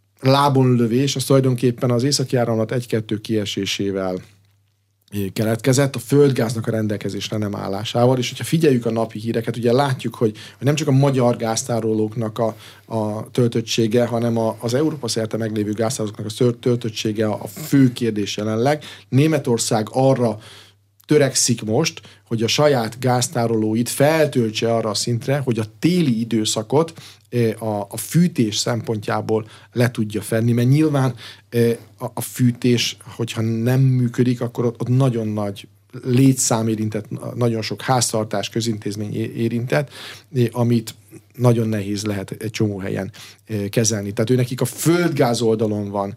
lábonlövés az tulajdonképpen az északi áramlat egy-kettő kiesésével keletkezett, a földgáznak a rendelkezésre nem állásával, és hogyha figyeljük a napi híreket, ugye látjuk, hogy, hogy nem csak a magyar gáztárolóknak a, a töltöttsége, hanem a, az Európa szerte meglévő gáztárolóknak a töltöttsége a fő kérdés jelenleg. Németország arra törekszik most, hogy a saját gáztárolóit feltöltse arra a szintre, hogy a téli időszakot a, a fűtés szempontjából le tudja fedni, mert nyilván a, a fűtés, hogyha nem működik, akkor ott, ott nagyon nagy létszám érintett, nagyon sok háztartás, közintézmény érintett, amit nagyon nehéz lehet egy csomó helyen kezelni. Tehát ő nekik a földgáz oldalon van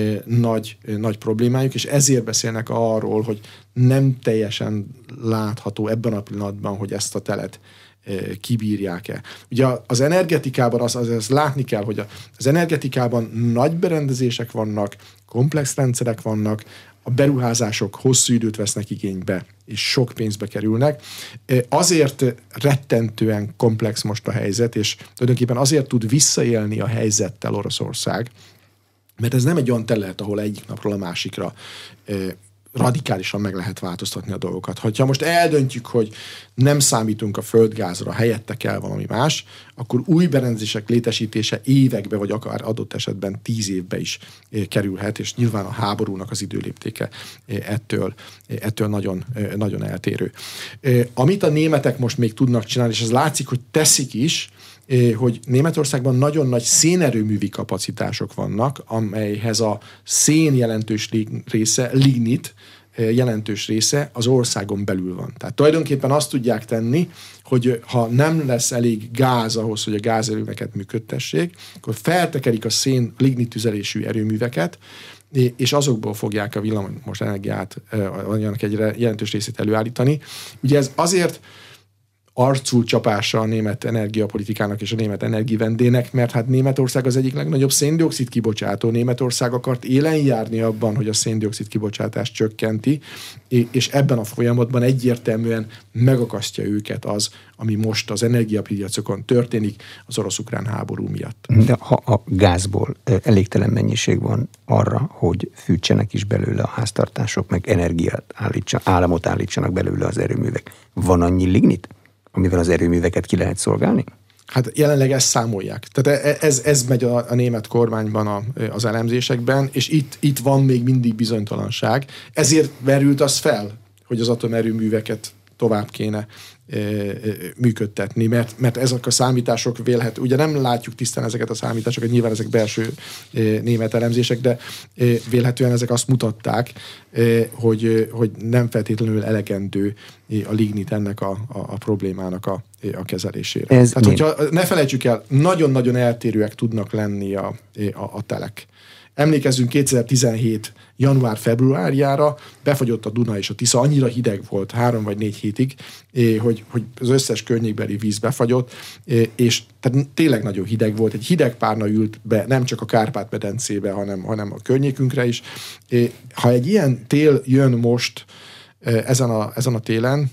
nagy, nagy problémájuk, és ezért beszélnek arról, hogy nem teljesen látható ebben a pillanatban, hogy ezt a telet kibírják-e. Ugye az energetikában az, az, az látni kell, hogy az energetikában nagy berendezések vannak, komplex rendszerek vannak, a beruházások hosszú időt vesznek igénybe, és sok pénzbe kerülnek. Azért rettentően komplex most a helyzet, és tulajdonképpen azért tud visszaélni a helyzettel Oroszország, mert ez nem egy olyan terület, ahol egyik napról a másikra radikálisan meg lehet változtatni a dolgokat. Ha most eldöntjük, hogy nem számítunk a földgázra, helyette kell valami más, akkor új berendezések létesítése évekbe, vagy akár adott esetben tíz évbe is kerülhet, és nyilván a háborúnak az időléptéke ettől, ettől nagyon, nagyon eltérő. Amit a németek most még tudnak csinálni, és ez látszik, hogy teszik is, hogy Németországban nagyon nagy szénerőművi kapacitások vannak, amelyhez a szén jelentős része, lignit jelentős része az országon belül van. Tehát tulajdonképpen azt tudják tenni, hogy ha nem lesz elég gáz ahhoz, hogy a gázerőműveket működtessék, akkor feltekerik a szén lignitüzelésű erőműveket, és azokból fogják a villamos energiát, annak egy jelentős részét előállítani. Ugye ez azért arcul csapása a német energiapolitikának és a német energiavendének, mert hát Németország az egyik legnagyobb széndioxid kibocsátó. Németország akart élen járni abban, hogy a széndioxid kibocsátást csökkenti, és ebben a folyamatban egyértelműen megakasztja őket az, ami most az energiapiacokon történik az orosz-ukrán háború miatt. De ha a gázból elégtelen mennyiség van arra, hogy fűtsenek is belőle a háztartások, meg energiát állítsanak, áramot állítsanak belőle az erőművek, van annyi lignit, amivel az erőműveket ki lehet szolgálni? Hát jelenleg ezt számolják. Tehát ez, ez megy a, a német kormányban a, az elemzésekben, és itt, itt van még mindig bizonytalanság. Ezért merült az fel, hogy az atomerőműveket tovább kéne működtetni, mert, mert ezek a számítások vélhető, ugye nem látjuk tisztán ezeket a számításokat, nyilván ezek belső német elemzések, de vélhetően ezek azt mutatták, hogy, hogy nem feltétlenül elegendő a lignit ennek a, a, a problémának a, a kezelésére. Ez Tehát, hogyha ne felejtsük el, nagyon-nagyon eltérőek tudnak lenni a, a, a telek. Emlékezzünk kétezer-tizenhét január-februárjára, befagyott a Duna és a Tisza, annyira hideg volt három vagy négy hétig, hogy, hogy az összes környékbeli víz befagyott, és tehát tényleg nagyon hideg volt. Egy hideg párna ült be nem csak a Kárpát-medencébe, hanem, hanem a környékünkre is. Ha egy ilyen tél jön most ezen a, ezen a télen,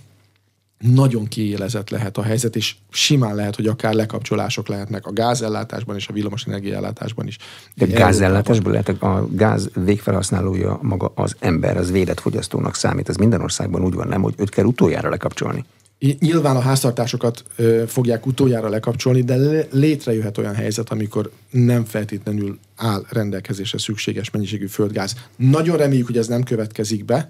nagyon kiélezett lehet a helyzet, és simán lehet, hogy akár lekapcsolások lehetnek a gázellátásban és a villamosenergia ellátásban is. De gázellátásban lehet, a gáz végfelhasználója maga az ember, az védett fogyasztónak számít. Ez minden országban úgy van, nem, hogy őt kell utoljára lekapcsolni. Nyilván a háztartásokat ö, fogják utoljára lekapcsolni, de létrejöhet olyan helyzet, amikor nem feltétlenül áll rendelkezésre szükséges mennyiségű földgáz. Nagyon reméljük, hogy ez nem következik be,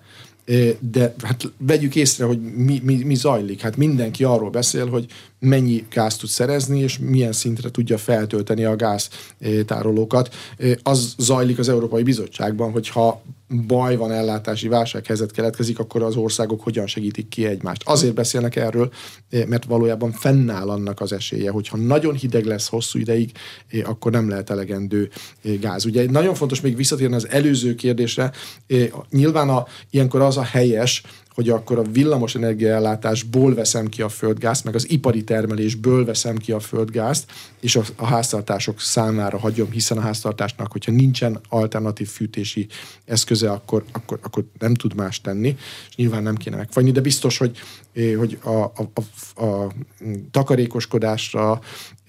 de hát vegyük észre, hogy mi, mi, mi zajlik. Hát mindenki arról beszél, hogy mennyi gázt tud szerezni, és milyen szintre tudja feltölteni a gáztárolókat. Az zajlik az Európai Bizottságban, hogyha baj van, ellátási válsághelyzet keletkezik, akkor az országok hogyan segítik ki egymást. Azért beszélnek erről, mert valójában fennáll annak az esélye, hogyha nagyon hideg lesz hosszú ideig, akkor nem lehet elegendő gáz. Ugye nagyon fontos még visszatérni az előző kérdésre. Nyilván a, ilyenkor az a helyes, hogy akkor a villamos energiaellátásból veszem ki a földgázt, meg az ipari termelésből veszem ki a földgázt, és a, a háztartások számára hagyom, hiszen a háztartásnak, hogyha nincsen alternatív fűtési eszköze, akkor, akkor, akkor nem tud más tenni, és nyilván nem kéne megfagyni, de biztos, hogy, hogy a, a, a, a takarékoskodásra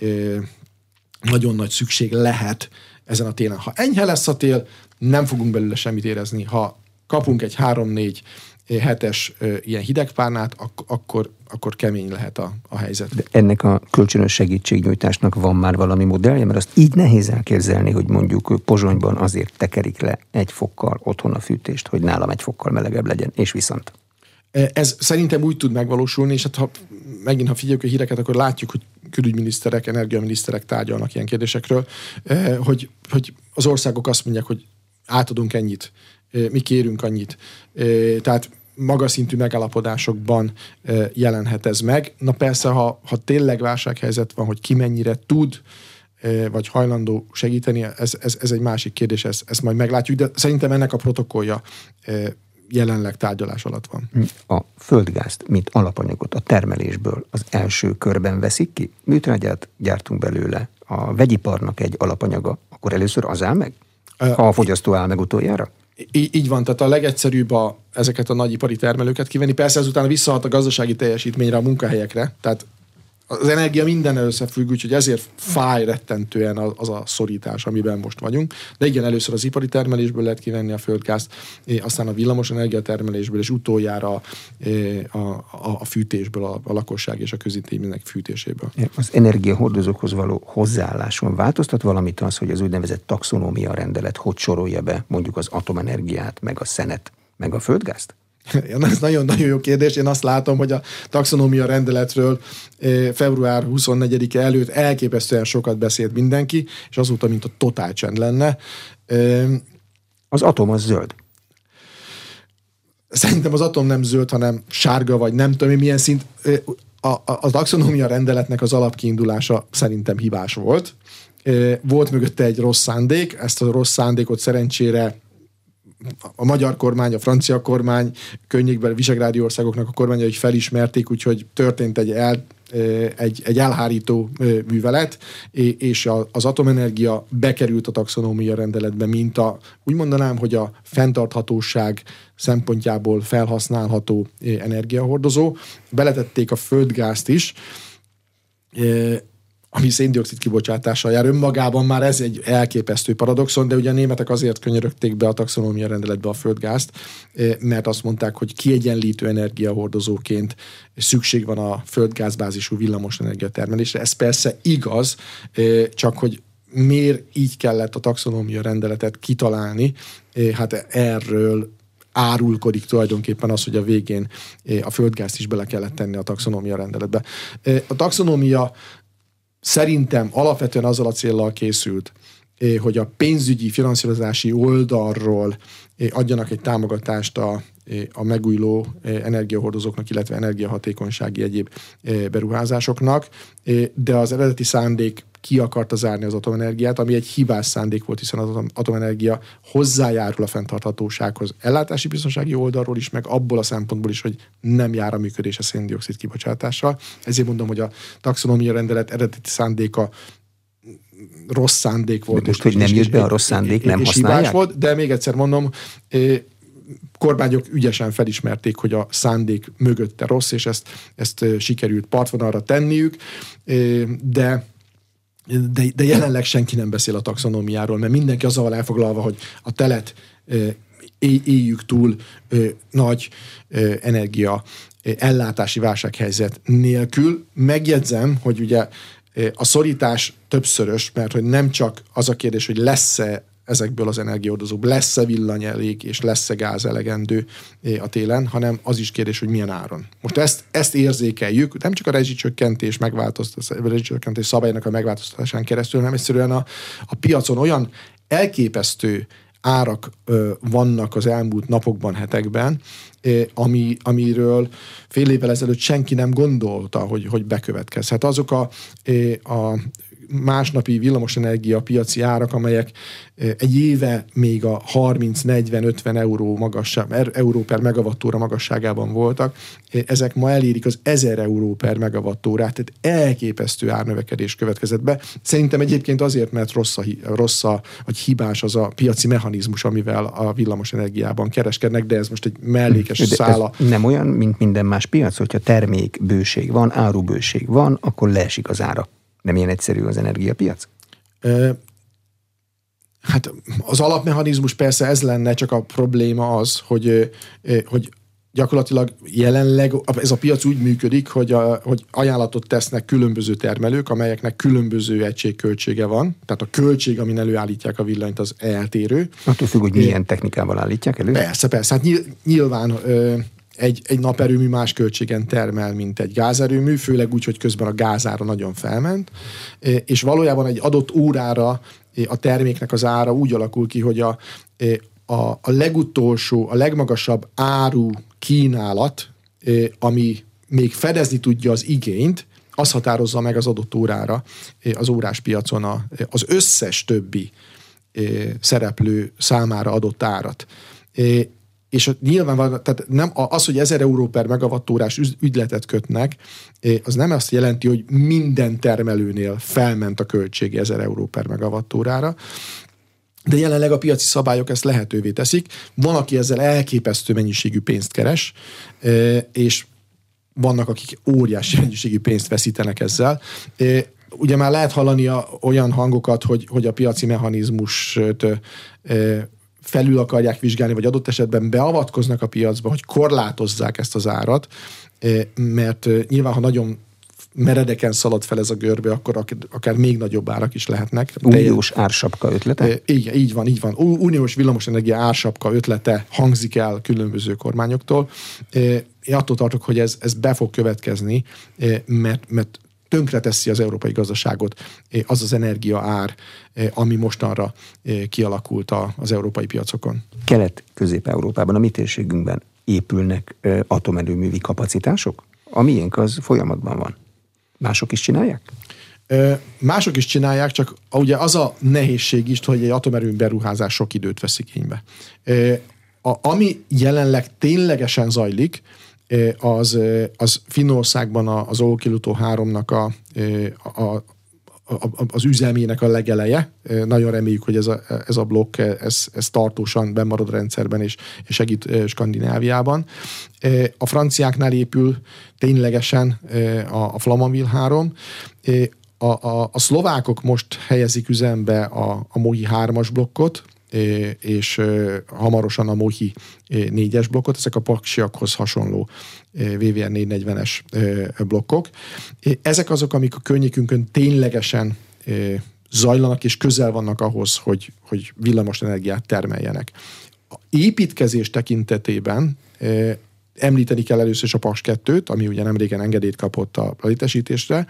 nagyon nagy szükség lehet ezen a télen. Ha enyhe lesz a tél, nem fogunk belőle semmit érezni. Ha kapunk egy három-négy hetes ilyen hidegpárnát, ak- akkor, akkor kemény lehet a, a helyzet. De ennek a kölcsönös segítségnyújtásnak van már valami modellje, mert azt így nehéz elképzelni, hogy mondjuk Pozsonyban azért tekerik le egy fokkal otthon a fűtést, hogy nálam egy fokkal melegebb legyen, és viszont. Ez szerintem úgy tud megvalósulni, és hát ha megint, ha figyeljük a híreket, akkor látjuk, hogy külügyminiszterek, energiaminiszterek tárgyalnak ilyen kérdésekről, hogy, hogy az országok azt mondják, hogy átadunk ennyit, mi kérünk annyit. Tehát magas szintű megállapodásokban jelenhet ez meg. Na persze, ha, ha tényleg válsághelyzet van, hogy ki mennyire tud, vagy hajlandó segíteni, ez, ez, ez egy másik kérdés, ezt, ezt majd meglátjuk, de szerintem ennek a protokollja jelenleg tárgyalás alatt van. A földgázt, mint alapanyagot a termelésből az első körben veszik ki? Műtrágyát gyártunk belőle, a vegyiparnak egy alapanyaga, akkor először az áll meg? Ha a fogyasztó áll meg utoljára? Í- így van, tehát a legegyszerűbb a, ezeket a nagyipari termelőket kivenni. Persze ezután visszahat a gazdasági teljesítményre, a munkahelyekre, tehát az energia mindennel összefügg, úgyhogy ezért fáj rettentően az a szorítás, amiben most vagyunk. De igen, először az ipari termelésből lehet kivenni a földgázt, aztán a villamos energiatermelésből, és utoljára a, a, a fűtésből, a, a lakosság és a közintézmények fűtéséből. Az energiahordozókhoz való hozzáálláson változtat valamit az, hogy az úgynevezett taxonómia rendelet hogy sorolja be mondjuk az atomenergiát, meg a szenet, meg a földgázt? Ez nagyon-nagyon jó kérdés. Én azt látom, hogy a taxonómia rendeletről február huszonnegyedike előtt elképesztően sokat beszélt mindenki, és azóta, mint a totál csend lenne. Az atom az zöld. Szerintem az atom nem zöld, hanem sárga, vagy nem tudom, milyen szint. A, a, a taxonómia rendeletnek az alapkiindulása szerintem hibás volt. Volt mögötte egy rossz szándék, ezt a rossz szándékot szerencsére a magyar kormány, a francia kormány, környékben visegrádi országoknak a kormányai felismerték, úgyhogy történt egy, el, egy, egy elhárító művelet, és az atomenergia bekerült a taxonómia rendeletbe, mint a, úgy mondanám, hogy a fenntarthatóság szempontjából felhasználható energiahordozó. Beletették a földgázt is, ami széndioxid kibocsátással jár. Önmagában már ez egy elképesztő paradoxon, de ugye a németek azért könyörögték be a taxonómia rendeletbe a földgázt, mert azt mondták, hogy kiegyenlítő energiahordozóként szükség van a földgázbázisú villamos energiatermelésre. Ez persze igaz, csak hogy miért így kellett a taxonómia rendeletet kitalálni, hát erről árulkodik tulajdonképpen az, hogy a végén a földgázt is bele kellett tenni a taxonómia rendeletbe. A taxonómia szerintem alapvetően azzal a céllal készült, hogy a pénzügyi, finanszírozási oldalról adjanak egy támogatást a, a megújuló energiahordozóknak, illetve energiahatékonysági egyéb beruházásoknak, de az eredeti szándék ki akarta zárni az atomenergiát, ami egy hibás szándék volt, hiszen az atomenergia hozzájárul a fenntarthatósághoz ellátási biztonsági oldalról is, meg abból a szempontból is, hogy nem jár a működése szén-dioxid kibocsátással. Ezért mondom, hogy a taxonómia rendelet eredeti szándéka rossz szándék volt. De most, hogy nem jött be a rossz szándék, nem használják? Volt, de még egyszer mondom, kormányok ügyesen felismerték, hogy a szándék mögötte rossz, és ezt, ezt sikerült partvonalra tenniük, de De, de jelenleg senki nem beszél a taxonómiáról, mert mindenki azzal elfoglalva, hogy a telet é, éljük túl nagy energia ellátási válsághelyzet nélkül. Megjegyzem, hogy ugye a szorítás többszörös, mert hogy nem csak az a kérdés, hogy lesz-e ezekből az energiahordozókból, lesz-e villany elég, és lesz-e gáz elegendő a télen, hanem az is kérdés, hogy milyen áron. Most ezt, ezt érzékeljük, nem csak a rezsicsökkentés, rezsicsökkentés szabálynak a megváltoztatásán keresztül, hanem egyszerűen a, a piacon olyan elképesztő árak ö, vannak az elmúlt napokban, hetekben, ö, ami, amiről fél évvel ezelőtt senki nem gondolta, hogy, hogy bekövetkezhet. Azok a, ö, a másnapi villamosenergia piaci árak, amelyek egy éve még a harminc, negyven, ötven euró magasság, euró per megawattóra magasságában voltak, ezek ma elérik az ezer euró per megawattórát, tehát elképesztő árnövekedés következett be. Szerintem egyébként azért, mert rossz, a, rossz a, vagy hibás az a piaci mechanizmus, amivel a villamosenergiában kereskednek, de ez most egy mellékes szála. Nem olyan, mint minden más piac, hogyha termékbőség van, árubőség van, akkor leesik az ára. Nem ilyen egyszerű az energiapiac? Hát az alapmechanizmus persze ez lenne, csak a probléma az, hogy, hogy gyakorlatilag jelenleg ez a piac úgy működik, hogy, a, hogy ajánlatot tesznek különböző termelők, amelyeknek különböző egységköltsége van. Tehát a költség, amin előállítják a villanyt, az eltérő. Attól függ, hogy milyen technikával állítják elő? Persze, persze. Hát nyilván egy, egy naperőmű más költségen termel, mint egy gázerőmű, főleg úgy, hogy közben a gázára nagyon felment, és valójában egy adott órára a terméknek az ára úgy alakul ki, hogy a, a, a legutolsó, a legmagasabb áru kínálat, ami még fedezni tudja az igényt, az határozza meg az adott órára az órás piacon a, az összes többi szereplő számára adott árat. És nyilván tehát nem, az, hogy ezer euró per megawattórás ügyletet kötnek, az nem azt jelenti, hogy minden termelőnél felment a költsége ezer euró per megawattórára, de jelenleg a piaci szabályok ezt lehetővé teszik. Van, aki ezzel elképesztő mennyiségű pénzt keres, és vannak, akik óriási mennyiségű pénzt veszítenek ezzel. Ugye már lehet hallani olyan hangokat, hogy, hogy a piaci mechanizmust felül akarják vizsgálni, vagy adott esetben beavatkoznak a piacba, hogy korlátozzák ezt az árat, mert nyilván, ha nagyon meredeken szalad fel ez a görbe, akkor akár még nagyobb árak is lehetnek. Uniós ársapka ötlete? Igen, így van, így van. Uniós villamosenergia ársapka ötlete hangzik el különböző kormányoktól. Én attól tartok, hogy ez, ez be fog következni, mert, mert tönkreteszi az európai gazdaságot az az energia ár, ami mostanra kialakult az európai piacokon. Kelet-Közép-Európában, a mi térségünkben épülnek atomerőművi kapacitások? A miénk az folyamatban van. Mások is csinálják? Mások is csinálják, csak ugye az a nehézség is, hogy egy atomerőmű beruházás sok időt vesz igénybe. A, ami jelenleg ténylegesen zajlik, az, az Finnországban az Olkiluoto háromnak a, a, a, az üzemének a legeleje. Nagyon reméljük, hogy ez a, ez a blokk ez, ez tartósan bemarad a rendszerben és, és segít Skandináviában. A franciáknál épül ténylegesen a, a Flamanville három. A, a, a szlovákok most helyezik üzembe a, a Mohi hármas blokkot, és hamarosan a Mohi négyes blokkot, ezek a paksiakhoz hasonló vé vé er négyszáznegyvenes blokkok. Ezek azok, amik a környékünkön ténylegesen zajlanak és közel vannak ahhoz, hogy, hogy villamos energiát termeljenek. építkezés tekintetében említeni kell először is a Paks kettőt, ami ugye nemrégen engedélyt kapott a létesítésre,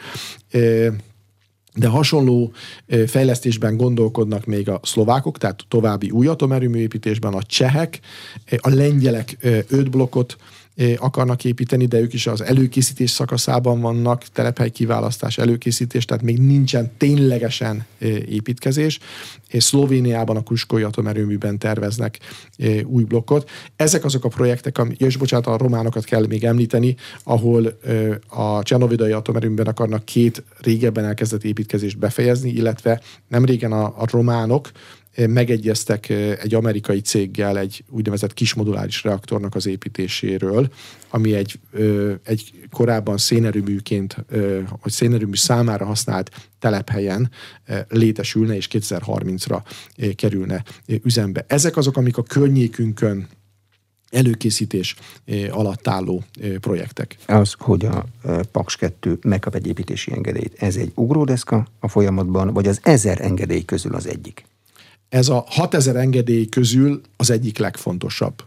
de hasonló fejlesztésben gondolkodnak még a szlovákok, tehát további új atomerőmű építésben, a csehek, a lengyelek öt blokkot akarnak építeni, de ők is az előkészítés szakaszában vannak, telephely kiválasztás, előkészítés, tehát még nincsen ténylegesen építkezés. És Szlovéniában a Kuskoly atomerőműben terveznek új blokkot. Ezek azok a projektek, ami, és bocsánat, a románokat kell még említeni, ahol a Csernovidai atomerőműben akarnak két régebben elkezdett építkezést befejezni, illetve nem régen a, a románok megegyeztek egy amerikai céggel egy úgynevezett kismoduláris reaktornak az építéséről, ami egy, egy korábban szénerőműként, vagy szénerőmű számára használt telephelyen létesülne, és kétezer-harmincra kerülne üzembe. Ezek azok, amik a környékünkön előkészítés alatt álló projektek. Az, hogy a Paks kettő megkap egy építési engedélyt, ez egy ugródeszka a folyamatban, vagy az ezer engedély közül az egyik? Ez a hatezer engedély közül az egyik legfontosabb.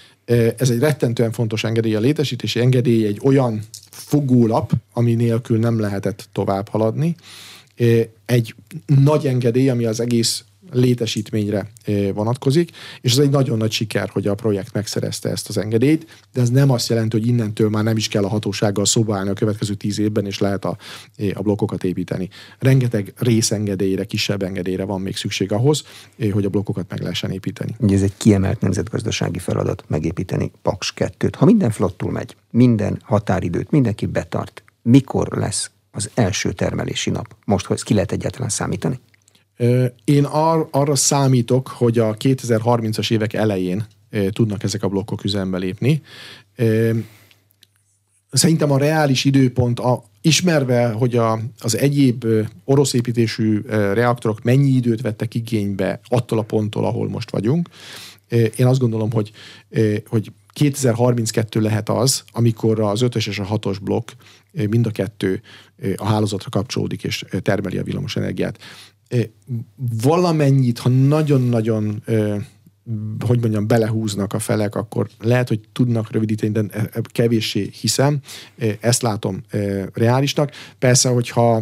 Ez egy rettentően fontos engedély. A létesítési engedély egy olyan fogólap, ami nélkül nem lehetett tovább haladni. Egy nagy engedély, ami az egész létesítményre vonatkozik, és ez egy nagyon nagy siker, hogy a projekt megszerezte ezt az engedélyt, de ez nem azt jelenti, hogy innentől már nem is kell a hatósággal szóba állni a következő tíz évben, és lehet a, a blokkokat építeni. Rengeteg részengedélyre, kisebb engedélyre van még szükség ahhoz, hogy a blokkokat meg lehessen építeni. Ugye ez egy kiemelt nemzetgazdasági feladat megépíteni Paks kettőt. Ha minden flottul megy, minden határidőt mindenki betart, mikor lesz az első termelési nap? Most, hogy ezt ki lehet egyáltalán számítani? Én ar- arra számítok, hogy a kétezer-harmincas évek elején e, tudnak ezek a blokkok üzembe lépni. E, szerintem a reális időpont, a, ismerve, hogy a, az egyéb orosz építésű e, reaktorok mennyi időt vettek igénybe attól a ponttól, ahol most vagyunk, e, én azt gondolom, hogy, e, hogy kétezer-harminckettő lehet az, amikor az ötös és a hatos blokk e, mind a kettő e, a hálózatra kapcsolódik és termeli a villamosenergiát. Valamennyit, ha nagyon-nagyon, hogy mondjam, belehúznak a felek, akkor lehet, hogy tudnak rövidíteni, de kevéssé hiszem. Ezt látom reálisnak. Persze, hogyha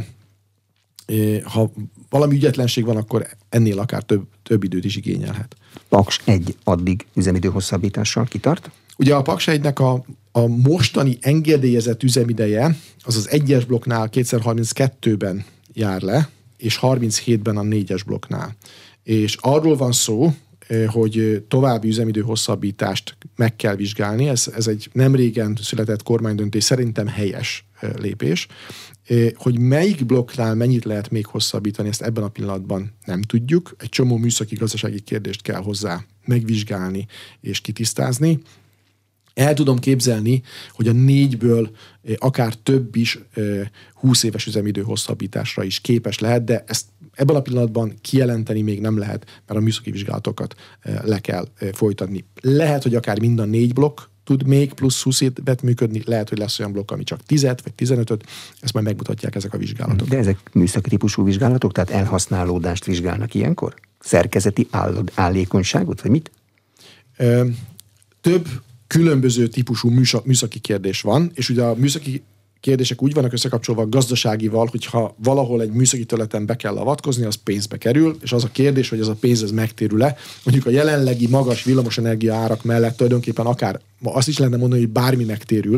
ha valami ügyetlenség van, akkor ennél akár több, több időt is igényelhet. Paks egy addig üzemidő hosszabbítással kitart? Ugye a Paks egynek a, a mostani engedélyezett üzemideje az az egyes blokknál kétezer-harminckettőben jár le, és harminchétben a négyes blokknál. És arról van szó, hogy további üzemidő hosszabbítást meg kell vizsgálni. Ez, ez egy nem régen született kormánydöntés, szerintem helyes lépés. Hogy melyik blokknál mennyit lehet még hosszabbítani, ezt ebben a pillanatban nem tudjuk. Egy csomó műszaki gazdasági kérdést kell hozzá megvizsgálni és kitisztázni. El tudom képzelni, hogy a négyből akár több is húsz éves üzemidő hosszabbításra is képes lehet, de ezt ebben a pillanatban kijelenteni még nem lehet, mert a műszaki vizsgálatokat le kell folytatni. Lehet, hogy akár mind a négy blokk tud még plusz húsz évet működni, lehet, hogy lesz olyan blokk, ami csak tíz vagy tizenötöt, ezt majd megmutatják ezek a vizsgálatok. De ezek műszaki típusú vizsgálatok, tehát elhasználódást vizsgálnak ilyenkor? Szerkezeti állékonyságot, vagy mit? Ö, több különböző típusú műszaki kérdés van, és ugye a műszaki kérdések úgy vannak összekapcsolva a gazdaságival, hogyha valahol egy műszaki területen be kell avatkozni, az pénzbe kerül, és az a kérdés, hogy ez a pénz ez megtérül-e. Mondjuk a jelenlegi magas villamosenergia árak mellett tulajdonképpen akár, azt is lehetne mondani, hogy bármi megtérül,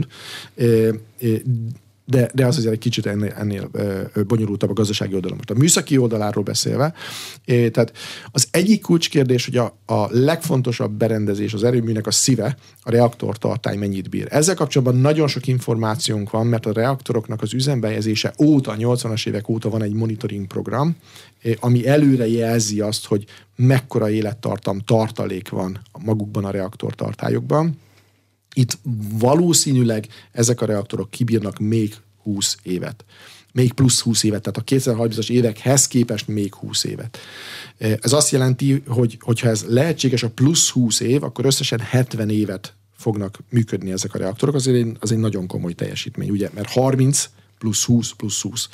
de, de az azért egy kicsit ennél, ennél bonyolultabb a gazdasági oldalon. Most a műszaki oldaláról beszélve, tehát az egyik kulcskérdés, hogy a, a legfontosabb berendezés az erőműnek a szíve, a reaktortartály mennyit bír. Ezzel kapcsolatban nagyon sok információnk van, mert a reaktoroknak az üzembe helyezése óta, nyolcvanas évek óta van egy monitoring program, ami előre jelzi azt, hogy mekkora élettartam, tartalék van magukban a reaktortartályokban. Itt valószínűleg ezek a reaktorok kibírnak még húsz évet. Még plusz húsz évet, tehát a kétezer-harmincas évekhez képest még húsz évet. Ez azt jelenti, hogy hogyha ez lehetséges a plusz húsz év, akkor összesen hetven évet fognak működni ezek a reaktorok. Azért az egy nagyon komoly teljesítmény, ugye? Mert harminc plusz húsz, plusz húsz.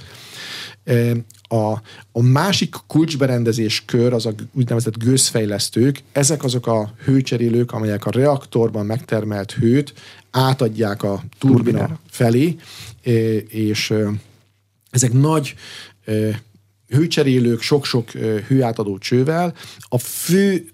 A, a másik kulcsberendezés kör az a úgynevezett gőzfejlesztők. Ezek azok a hőcserélők, amelyek a reaktorban megtermelt hőt átadják a turbina Turbinál. felé, és ezek nagy hőcserélők, sok-sok hőátadó csővel. A fő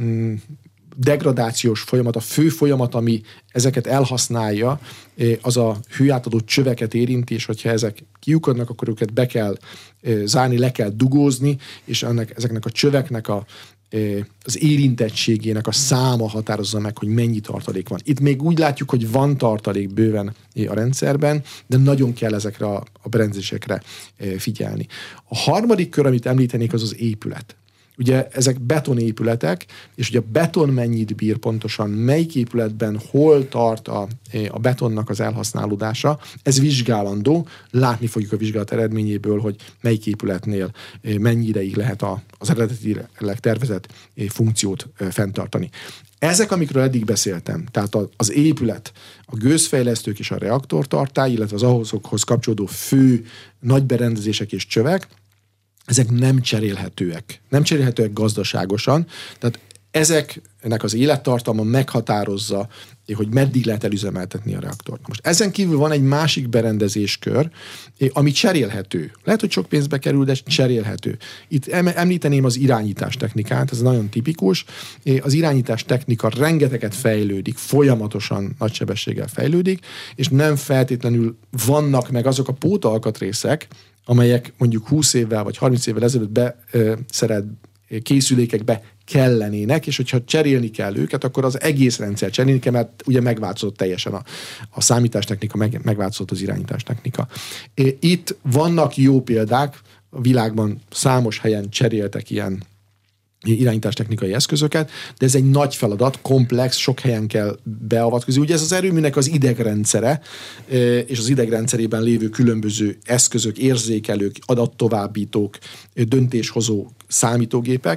degradációs folyamat, a fő folyamat, ami ezeket elhasználja, az a hőátadó csöveket érinti, és hogyha ezek kiukadnak, akkor őket be kell zárni, le kell dugózni, és ennek, ezeknek a csöveknek a, az érintettségének a száma határozza meg, hogy mennyi tartalék van. Itt még úgy látjuk, hogy van tartalék bőven a rendszerben, de nagyon kell ezekre a, a berendezésekre figyelni. A harmadik kör, amit említenék, az az épület. Ugye ezek betonépületek, és ugye a beton mennyit bír pontosan, melyik épületben hol tart a, a betonnak az elhasználódása, ez vizsgálandó, látni fogjuk a vizsgálat eredményéből, hogy melyik épületnél mennyi ideig lehet a, az eredetileg tervezett funkciót fenntartani. Ezek, amikről eddig beszéltem, tehát az épület, a gőzfejlesztők és a reaktortartály, illetve az ahhozokhoz kapcsolódó fő nagy berendezések és csövek, ezek nem cserélhetőek. Nem cserélhetőek gazdaságosan, tehát ezeknek az élettartalma meghatározza, hogy meddig lehet elüzemeltetni a reaktort. Most ezen kívül van egy másik berendezéskör, ami cserélhető. Lehet, hogy sok pénzbe kerül, de cserélhető. Itt említeném az irányítás technikát, ez nagyon tipikus. Az irányítás technika rengeteget fejlődik, folyamatosan nagy sebességgel fejlődik, és nem feltétlenül vannak meg azok a pótalkatrészek, amelyek mondjuk húsz évvel vagy harminc évvel ezelőtt beszerelt készülékekbe kellenének, és hogyha cserélni kell őket, akkor az egész rendszer cserélni kell, mert ugye megváltozott teljesen a, a számítástechnika, meg, megváltozott az irányítástechnika. Itt vannak jó példák, a világban számos helyen cseréltek ilyen irányítástechnikai eszközöket, de ez egy nagy feladat, komplex, sok helyen kell beavatkozni. Ugye ez az erőműnek az idegrendszere, és az idegrendszerében lévő különböző eszközök, érzékelők, adattovábbítók, döntéshozó számítógépek.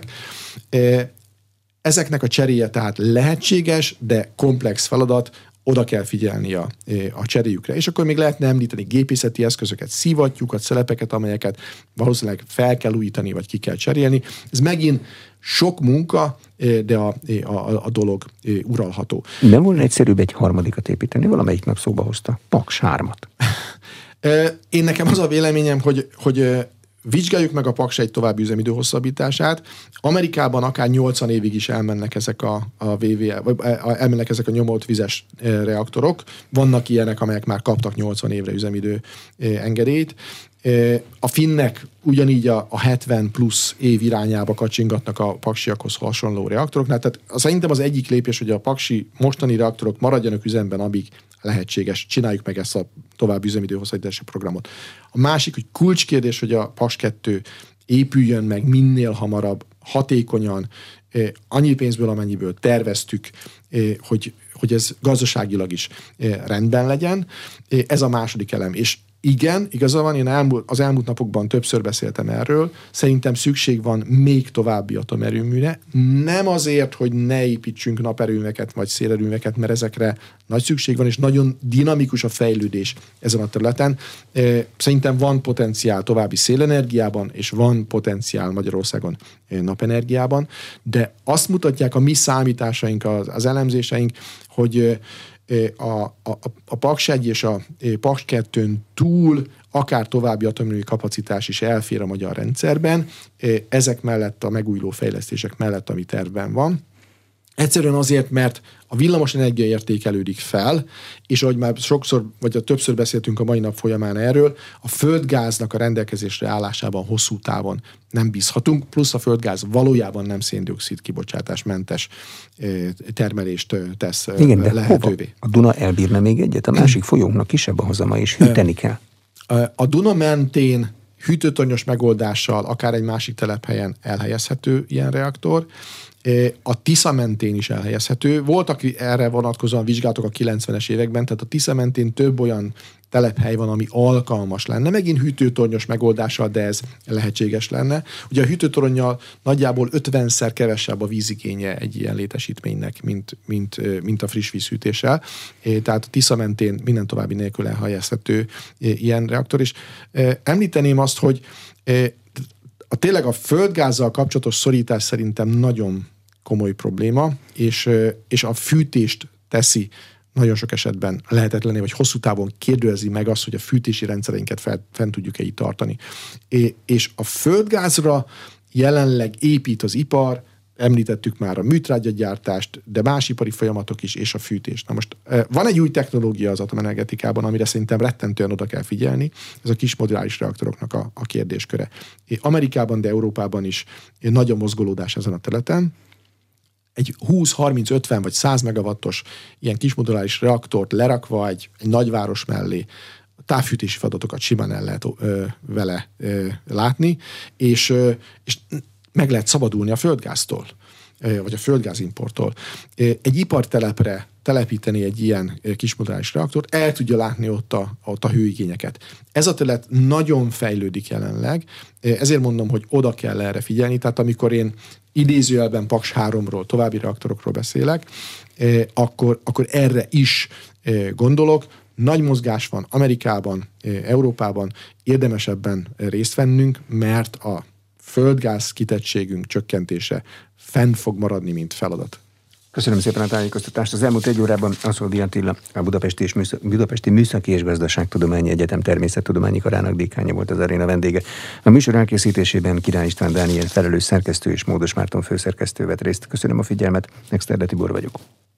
Ezeknek a cseréje tehát lehetséges, de komplex feladat, oda kell figyelni a, a cseréjükre. És akkor még lehetne említeni gépészeti eszközöket, szivattyúkat, szelepeket, amelyeket valószínűleg fel kell újítani, vagy ki kell cserélni. Ez megint sok munka, de a, a, a dolog uralható. Nem volna egyszerűbb egy harmadikat építeni? Valamelyik nap szóba hozta. Paks hármat. Én nekem az a véleményem, hogy, hogy vizsgáljuk meg a Paks egy további üzemidő hosszabbítását. Amerikában akár nyolcvan évig is elmennek ezek a, a vé vé, vagy elmennek ezek a nyomolt vizes reaktorok. Vannak ilyenek, amelyek már kaptak nyolcvan évre üzemidő engedélyt. A finnek ugyanígy a, a hetven plusz év irányába kacsingatnak a paksiakhoz hasonló reaktoroknál. Tehát szerintem az egyik lépés, hogy a paksi mostani reaktorok maradjanak üzemben, amíg lehetséges. Csináljuk meg ezt a további üzemidő hosszabbítási programot. A másik, hogy kulcskérdés, hogy a Paks kettő épüljön meg minél hamarabb, hatékonyan, annyi pénzből, amennyiből terveztük, hogy, hogy ez gazdaságilag is rendben legyen. Ez a második elem. És igen, igaza van, én elmúlt, az elmúlt napokban többször beszéltem erről, szerintem szükség van még további atomerőműre, nem azért, hogy ne építsünk naperőműveket vagy szélerőműveket, mert ezekre nagy szükség van, és nagyon dinamikus a fejlődés ezen a területen. Szerintem van potenciál további szélenergiában, és van potenciál Magyarországon napenergiában, de azt mutatják a mi számításaink, az, az elemzéseink, hogy A, a, a Paks egy és a Paks kettőn túl akár további atomerőmű kapacitás is elfér a magyar rendszerben, ezek mellett a megújuló fejlesztések mellett, ami tervben van. Egyszerűen azért, mert a villamosenergia értékelődik fel, és ahogy már sokszor, vagy a többször beszéltünk a mai nap folyamán erről, a földgáznak a rendelkezésre állásában hosszú távon nem bízhatunk, plusz a földgáz valójában nem széndioxid kibocsátásmentes termelést tesz Igen, de lehetővé. Hova? A Duna elbírna még egyet? A másik folyónknak kisebb a hozama, és hűteni kell. A Duna mentén hűtőtornyos megoldással akár egy másik telephelyen elhelyezhető ilyen reaktor. A Tisza mentén is elhelyezhető. Voltak erre vonatkozóan vizsgálatok a kilencvenes években, tehát a Tisza mentén több olyan telephely van, ami alkalmas lenne. Megint hűtőtornyos megoldással, de ez lehetséges lenne. Ugye a hűtőtornnyal nagyjából ötvenszer kevesebb a vízigénye egy ilyen létesítménynek, mint, mint, mint a friss vízhűtéssel. Tehát a Tisza mentén minden további nélkül elhelyezhető ilyen reaktor. És említeném azt, hogy a, tényleg a földgázzal kapcsolatos szorítás szerintem nagyon komoly probléma, és, és a fűtést teszi nagyon sok esetben lehetetlené, vagy hosszú távon kérdőjezi meg azt, hogy a fűtési rendszereinket fel, fent tudjuk-e így tartani. É, és a földgázra jelenleg épít az ipar, említettük már a műtrágyagyártást, de más ipari folyamatok is, és a fűtést. Na most van egy új technológia az atomenergetikában, amire szerintem rettentően oda kell figyelni, ez a kis moduláris reaktoroknak a, a kérdésköre. Amerikában, de Európában is nagy a mozgolódás ezen a területen. Egy húsz, harminc, ötven vagy száz megawattos ilyen kismoduláris reaktort lerakva egy, egy nagyváros mellé, a távfűtési feladatokat simán el lehet ö, vele ö, látni, és, ö, és meg lehet szabadulni a földgáztól, ö, vagy a földgázimporttól. Egy ipartelepre telepíteni egy ilyen kismoduláris reaktort, el tudja látni ott a, ott a hőigényeket. Ez a terület nagyon fejlődik jelenleg, ezért mondom, hogy oda kell erre figyelni, tehát amikor én idézőjelben Paks háromról, további reaktorokról beszélek, akkor, akkor erre is gondolok. Nagy mozgás van Amerikában, Európában, érdemes ebben részt vennünk, mert a földgáz kitettségünk csökkentése fenn fog maradni, mint feladat. Köszönöm szépen a tájékoztatást. Az elmúlt egy órában Aszoldi Attila, a Budapesti, és Műszak, Budapesti Műszaki és Gazdaságtudományi Egyetem Természettudományi Karának dékánja volt az aréna vendége. A műsor elkészítésében Király István Dániel felelős szerkesztő és Módos Márton főszerkesztő vett részt. Köszönöm a figyelmet, Exterde Tibor vagyok.